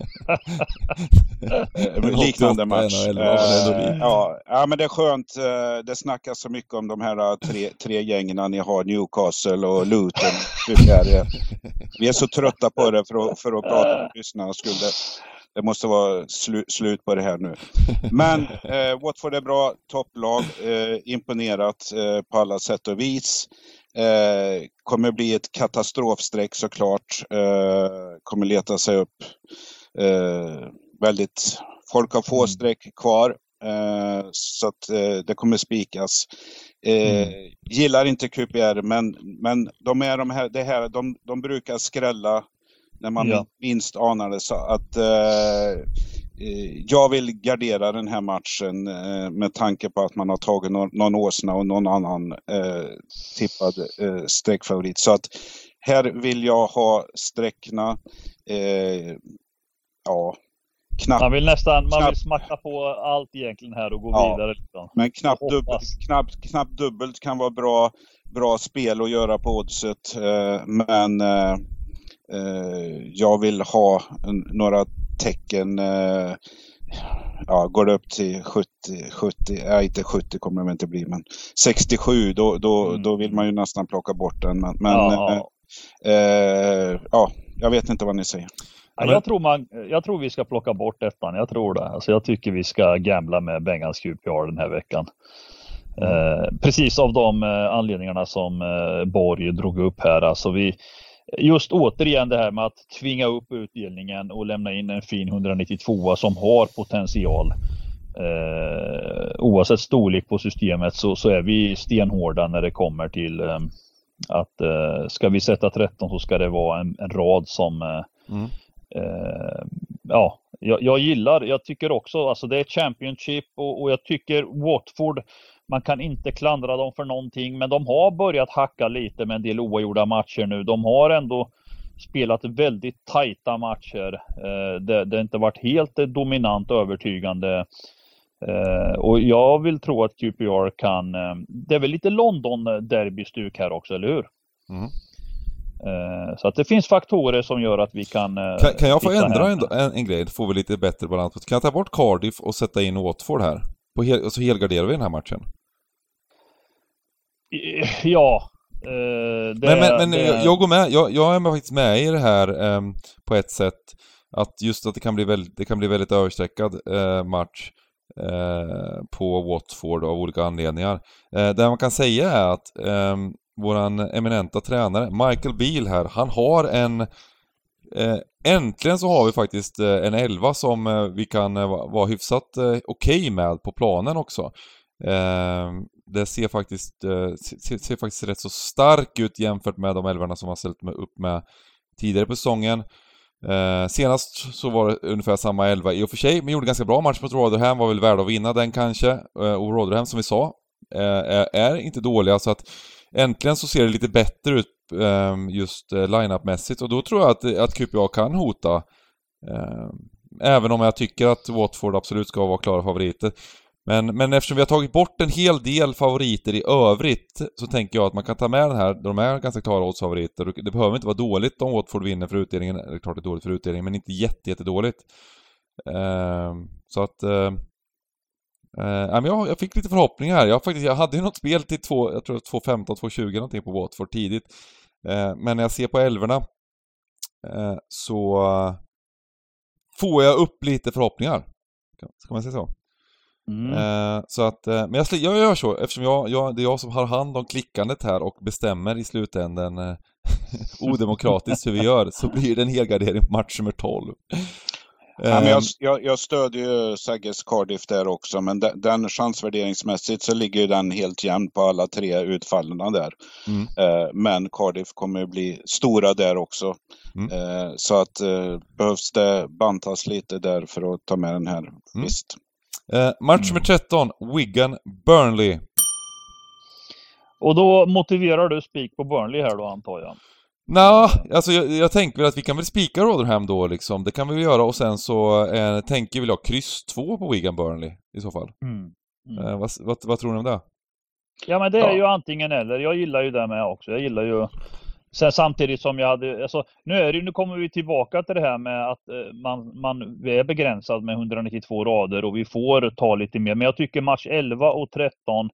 liknande match. Uh, ja, ja, men det är skönt. Uh, det snackas så mycket om de här tre, tre gängen ni har, Newcastle och Luton. Vi är så trötta på det för att, för att prata om lyssnarnas skull. Det, det måste vara slu, slut på det här nu. Men uh, Watford är bra, topplag, uh, imponerat uh, på alla sätt och vis. Eh, kommer bli ett katastrofsträck såklart, eh, kommer leta sig upp eh, väldigt, folk har få streck kvar, eh, så att eh, det kommer spikas. eh, mm. Gillar inte Q P R, men, men de är de här, det här de, de brukar skrälla när man ja. minst anar det, så att eh, jag vill gardera den här matchen eh, med tanke på att man har tagit någon, någon åsna och någon annan eh, tippad eh, streckfavorit. Så att här vill jag ha sträckna. Eh, ja, knappt. Man vill nästan man knappt, vill smacka på allt egentligen här och gå ja, vidare. Liksom. Men knappt dubbelt, knappt, knappt dubbelt kan vara bra, bra spel att göra på oddset. Eh, men eh, eh, jag vill ha en, några tecken. Eh, ja, går det upp till sjuttio, sjuttio, nej inte sjuttio kommer det inte bli, men sextiosju, då, då, mm. då vill man ju nästan plocka bort den. Men, men ja. Eh, eh, ja, jag vet inte vad ni säger. Ja, jag, tror man, jag tror vi ska plocka bort ettan, jag tror det. Alltså jag tycker vi ska gambla med Bengals Q P R den här veckan. Mm. Eh, precis av de eh, anledningarna som eh, Borg drog upp här. Alltså vi, just återigen det här med att tvinga upp utdelningen och lämna in en fin etthundranittiotvå som har potential. Eh, oavsett storlek på systemet så, så är vi stenhårda när det kommer till eh, att eh, ska vi sätta tretton så ska det vara en, en rad som eh, mm. eh, ja, jag, jag gillar, jag tycker också, alltså det är Championship och, och jag tycker Watford, man kan inte klandra dem för någonting, men de har börjat hacka lite med en del oavgjorda matcher nu. De har ändå spelat väldigt tajta matcher. Eh, det, det har inte varit helt dominant övertygande. Eh, och jag vill tro att Q P R kan, eh, det är väl lite London-derbystuk här också, eller hur? Mm. Eh, så att det finns faktorer som gör att vi kan... Eh, kan, kan jag få ändra en, en, en grej? Då får vi lite bättre balans. Kan jag ta bort Cardiff och sätta in Watford här? På hel, och så helgarderar vi den här matchen. Ja. Eh, det, men men, men det... jag, jag går med. Jag, jag är faktiskt med i det här eh, på ett sätt. Att just att det kan bli väldigt, det kan bli väldigt översträckad eh, match eh, på Watford av olika anledningar. Eh, det man kan säga är att eh, våran eminenta tränare Michael Beale här, han har en eh, äntligen så har vi faktiskt eh, en elva som eh, vi kan eh, vara hyfsat eh, okej okay med på planen också. Eh, det ser faktiskt eh, ser, ser faktiskt rätt så stark ut jämfört med de elvarna som har ställt med upp med tidigare på säsongen. Eh, senast så var det ungefär samma elva i och för sig, men gjorde ganska bra match mot Rotherham, var väl värd att vinna den kanske. Eh, och Rotherham som vi sa eh, är, är inte dåliga, så att äntligen så ser det lite bättre ut eh, just eh, line-up-mässigt, och då tror jag att, att Q P A kan hota. Eh, även om jag tycker att Watford absolut ska vara klara favoriter. Men, men eftersom vi har tagit bort en hel del favoriter i övrigt så tänker jag att man kan ta med den här. De är ganska klara oddsfavoriter. Det behöver inte vara dåligt om Watford vinner för utdelningen. Eller klart det är dåligt för utdelningen, men inte jätte, jätte dåligt. Eh, så att... Eh, eh, jag, jag fick lite förhoppningar här. Jag, faktiskt, jag hade ju något spel till två, jag tror två femton två tjugo någonting på Watford tidigt. Eh, men när jag ser på elverna eh, så får jag upp lite förhoppningar. Ska man säga så? Mm. Eh, så att, eh, men jag, jag gör så eftersom jag, jag, det är jag som har hand om klickandet här och bestämmer i slutändan eh, odemokratiskt hur vi gör, så blir det en helgardering på match nummer tolv. Eh, ja, men jag, jag, jag stödjer ju Sagges Cardiff där också, men den, den chansvärderingsmässigt så ligger ju den helt jämn på alla tre utfallen där. Mm. Eh, men Cardiff kommer ju bli stora där också. Mm. Eh, så att eh, behövs det bantas lite där för att ta med den här, mm. visst. Eh, match nummer tretton, Wigan Burnley. Och då motiverar du spik på Burnley här då, antar jag? Nej, alltså jag, jag tänker väl att vi kan väl spika Rotherham då liksom. Det kan vi väl göra, och sen så eh, tänker vi ha kryss två på Wigan Burnley i så fall. Mm. Mm. Eh, vad, vad, vad tror ni om det? Ja, men det är ja. ju antingen eller. Jag gillar ju det med också. Jag gillar ju... Sen samtidigt som jag hade, alltså, nu, är det, nu kommer vi tillbaka till det här med att eh, man, man är begränsad med etthundranittiotvå rader och vi får ta lite mer. Men jag tycker match elva och tretton,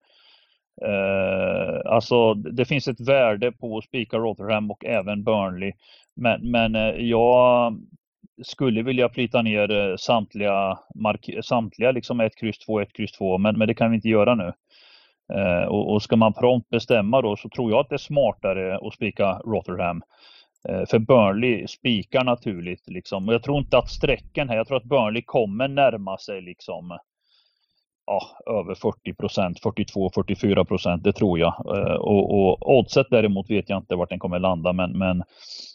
eh, alltså det finns ett värde på att spika Rotherham och även Burnley. Men, men eh, jag skulle vilja plita ner eh, samtliga, mark- samtliga liksom ett kryss två, ett kryss två, men, men det kan vi inte göra nu. Uh, och, och ska man prompt bestämma då, så tror jag att det är smartare att spika Rotherham. Uh, för Burnley spikar naturligt liksom. Och jag tror inte att sträcken här, jag tror att Burnley kommer närma sig liksom ja, över fyrtio procent, fyrtiotvå till fyrtiofyra procent, det tror jag. Uh, och, och oddset däremot vet jag inte vart den kommer landa, men, men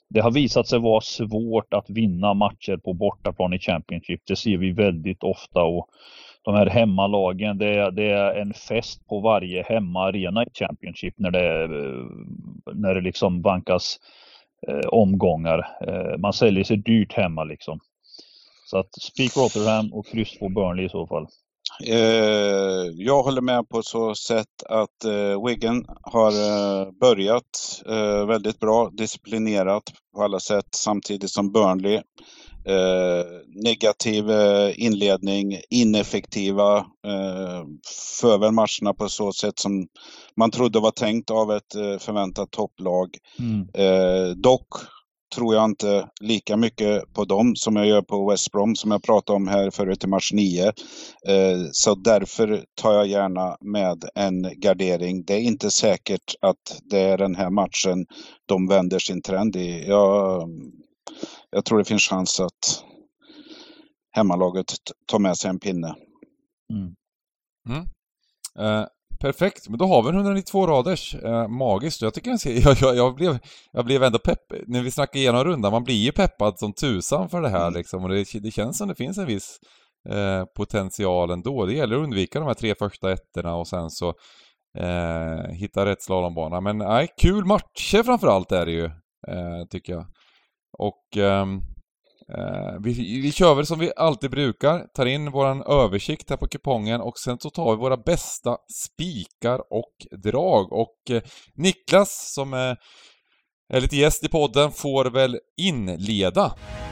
det har visat sig vara svårt att vinna matcher på bortaplan i Championship. Det ser vi väldigt ofta, och de här hemmalagen, det är, det är en fest på varje hemmaarena i Championship när det, när det liksom vankas eh, omgångar. Eh, man säljer sig dyrt hemma liksom. Så att spik Rotherham och kryss två Burnley i så fall. Eh, jag håller med på så sätt att eh, Wigan har eh, börjat eh, väldigt bra, disciplinerat på alla sätt, samtidigt som Burnley eh, negativ eh, inledning, ineffektiva, eh, för väl matcherna på så sätt som man trodde var tänkt av ett eh, förväntat topplag. Mm. Eh, dock tror jag inte lika mycket på dem som jag gör på West Brom, som jag pratade om här förut i match nio. Eh, så därför tar jag gärna med en gardering. Det är inte säkert att det är den här matchen de vänder sin trend i. Jag, jag tror det finns chans att hemmalaget tar med sig en pinne. Mm. Mm. Uh, perfekt, men då har vi en hundranittiotvå raders. Uh, magiskt. Jag tycker jag, jag, jag, blev, jag blev ändå pepp. När vi snackar igenom rundan, man blir ju peppad som tusan för det här. Mm. Liksom, och det, det känns som det finns en viss uh, potential ändå. Det gäller att undvika de här tre första ettorna och sen så uh, hitta rätt slalombana. Men nej, uh, kul matcher framförallt är det ju, uh, tycker jag. Och um, uh, vi, vi kör väl som vi alltid brukar, tar in våran översikt här på kupongen och sen så tar vi våra bästa spikar och drag. Och uh, Niklas som är, är lite gäst i podden får väl inleda.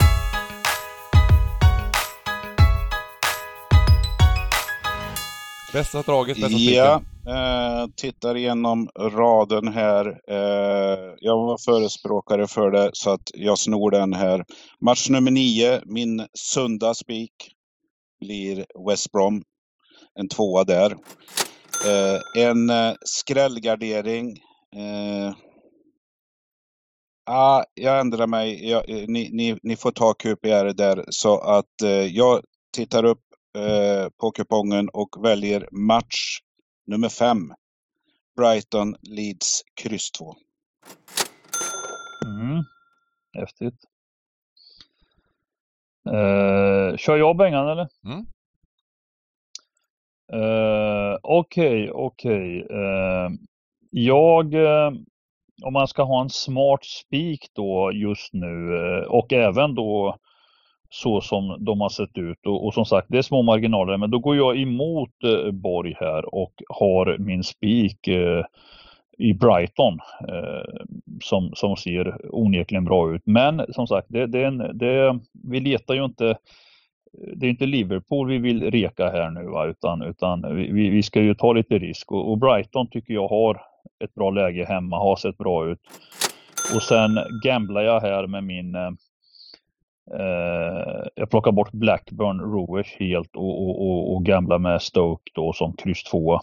Bästa draget, bästa spiken. Ja, eh, tittar igenom raden här. Eh, jag var förespråkare för det så att jag snor den här. Match nummer nio, min sunda spik blir West Brom. En tvåa där. Eh, en eh, skrällgardering. Eh, ah, jag ändrar mig. Jag, ni, ni, ni får ta Q P R där så att eh, jag tittar upp på kupongen och väljer match nummer fem. Brighton Leeds kryss två. Mm. Häftigt. Uh, kör jag Bengan eller? Mm. Uh, Okej, okay, okej. Okay. Uh, jag, uh, om man ska ha en smart spik då just nu uh, och även då så som de har sett ut och, och som sagt det är små marginaler, men då går jag emot eh, Borg här och har min spik eh, i Brighton eh, som, som ser onekligen bra ut, men som sagt det, det är en, det, vi letar ju inte, det är inte Liverpool vi vill reka här nu va? utan, utan vi, vi ska ju ta lite risk och, och Brighton tycker jag har ett bra läge hemma, har sett bra ut, och sen gamblar jag här med min eh, Uh, jag plockar bort Blackburn Rovers helt och, och, och, och gamblar med Stoke då som kryss två.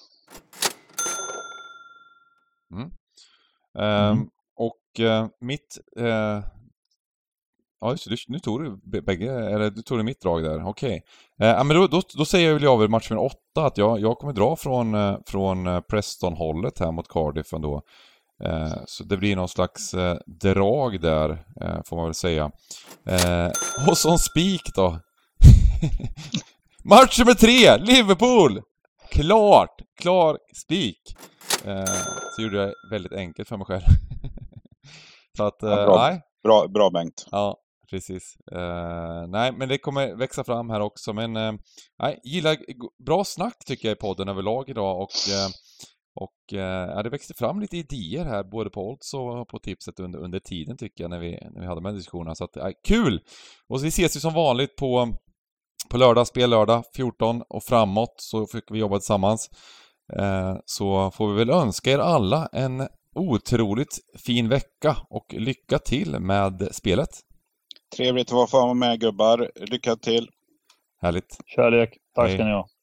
Mm. Uh, mm. Och uh, mitt uh... ja just det, nu tog du bägge, eller du tog du mitt drag där, okej. Okay. Uh, men då, då, då säger jag väl jag väl matchen åtta att jag, jag kommer dra från, uh, från Preston-hållet här mot Cardiff ändå. Eh, så det blir någon slags eh, drag där, eh, får man väl säga. Eh, och som spik då. Match nummer tre, Liverpool! Klart, klar spik. Eh, så gjorde jag väldigt enkelt för mig själv. Så att, eh, ja, bra, nej. Bra, bra Bengt. Ja, precis. Eh, nej, men det kommer växa fram här också. Men eh, nej, gillar bra snack tycker jag i podden överlag idag. Och... Eh, Och eh, det växte fram lite idéer här både på odds och på tipset under, under tiden tycker jag när vi, när vi hade med diskussionerna. Så att, eh, kul! Och så vi ses ju som vanligt på, på lördag, spel lördag fjorton och framåt så fick vi jobba tillsammans. Eh, så får vi väl önska er alla en otroligt fin vecka och lycka till med spelet. Trevligt att vara med gubbar. Lycka till! Härligt! Kärlek, tack Hej. ska ni ha.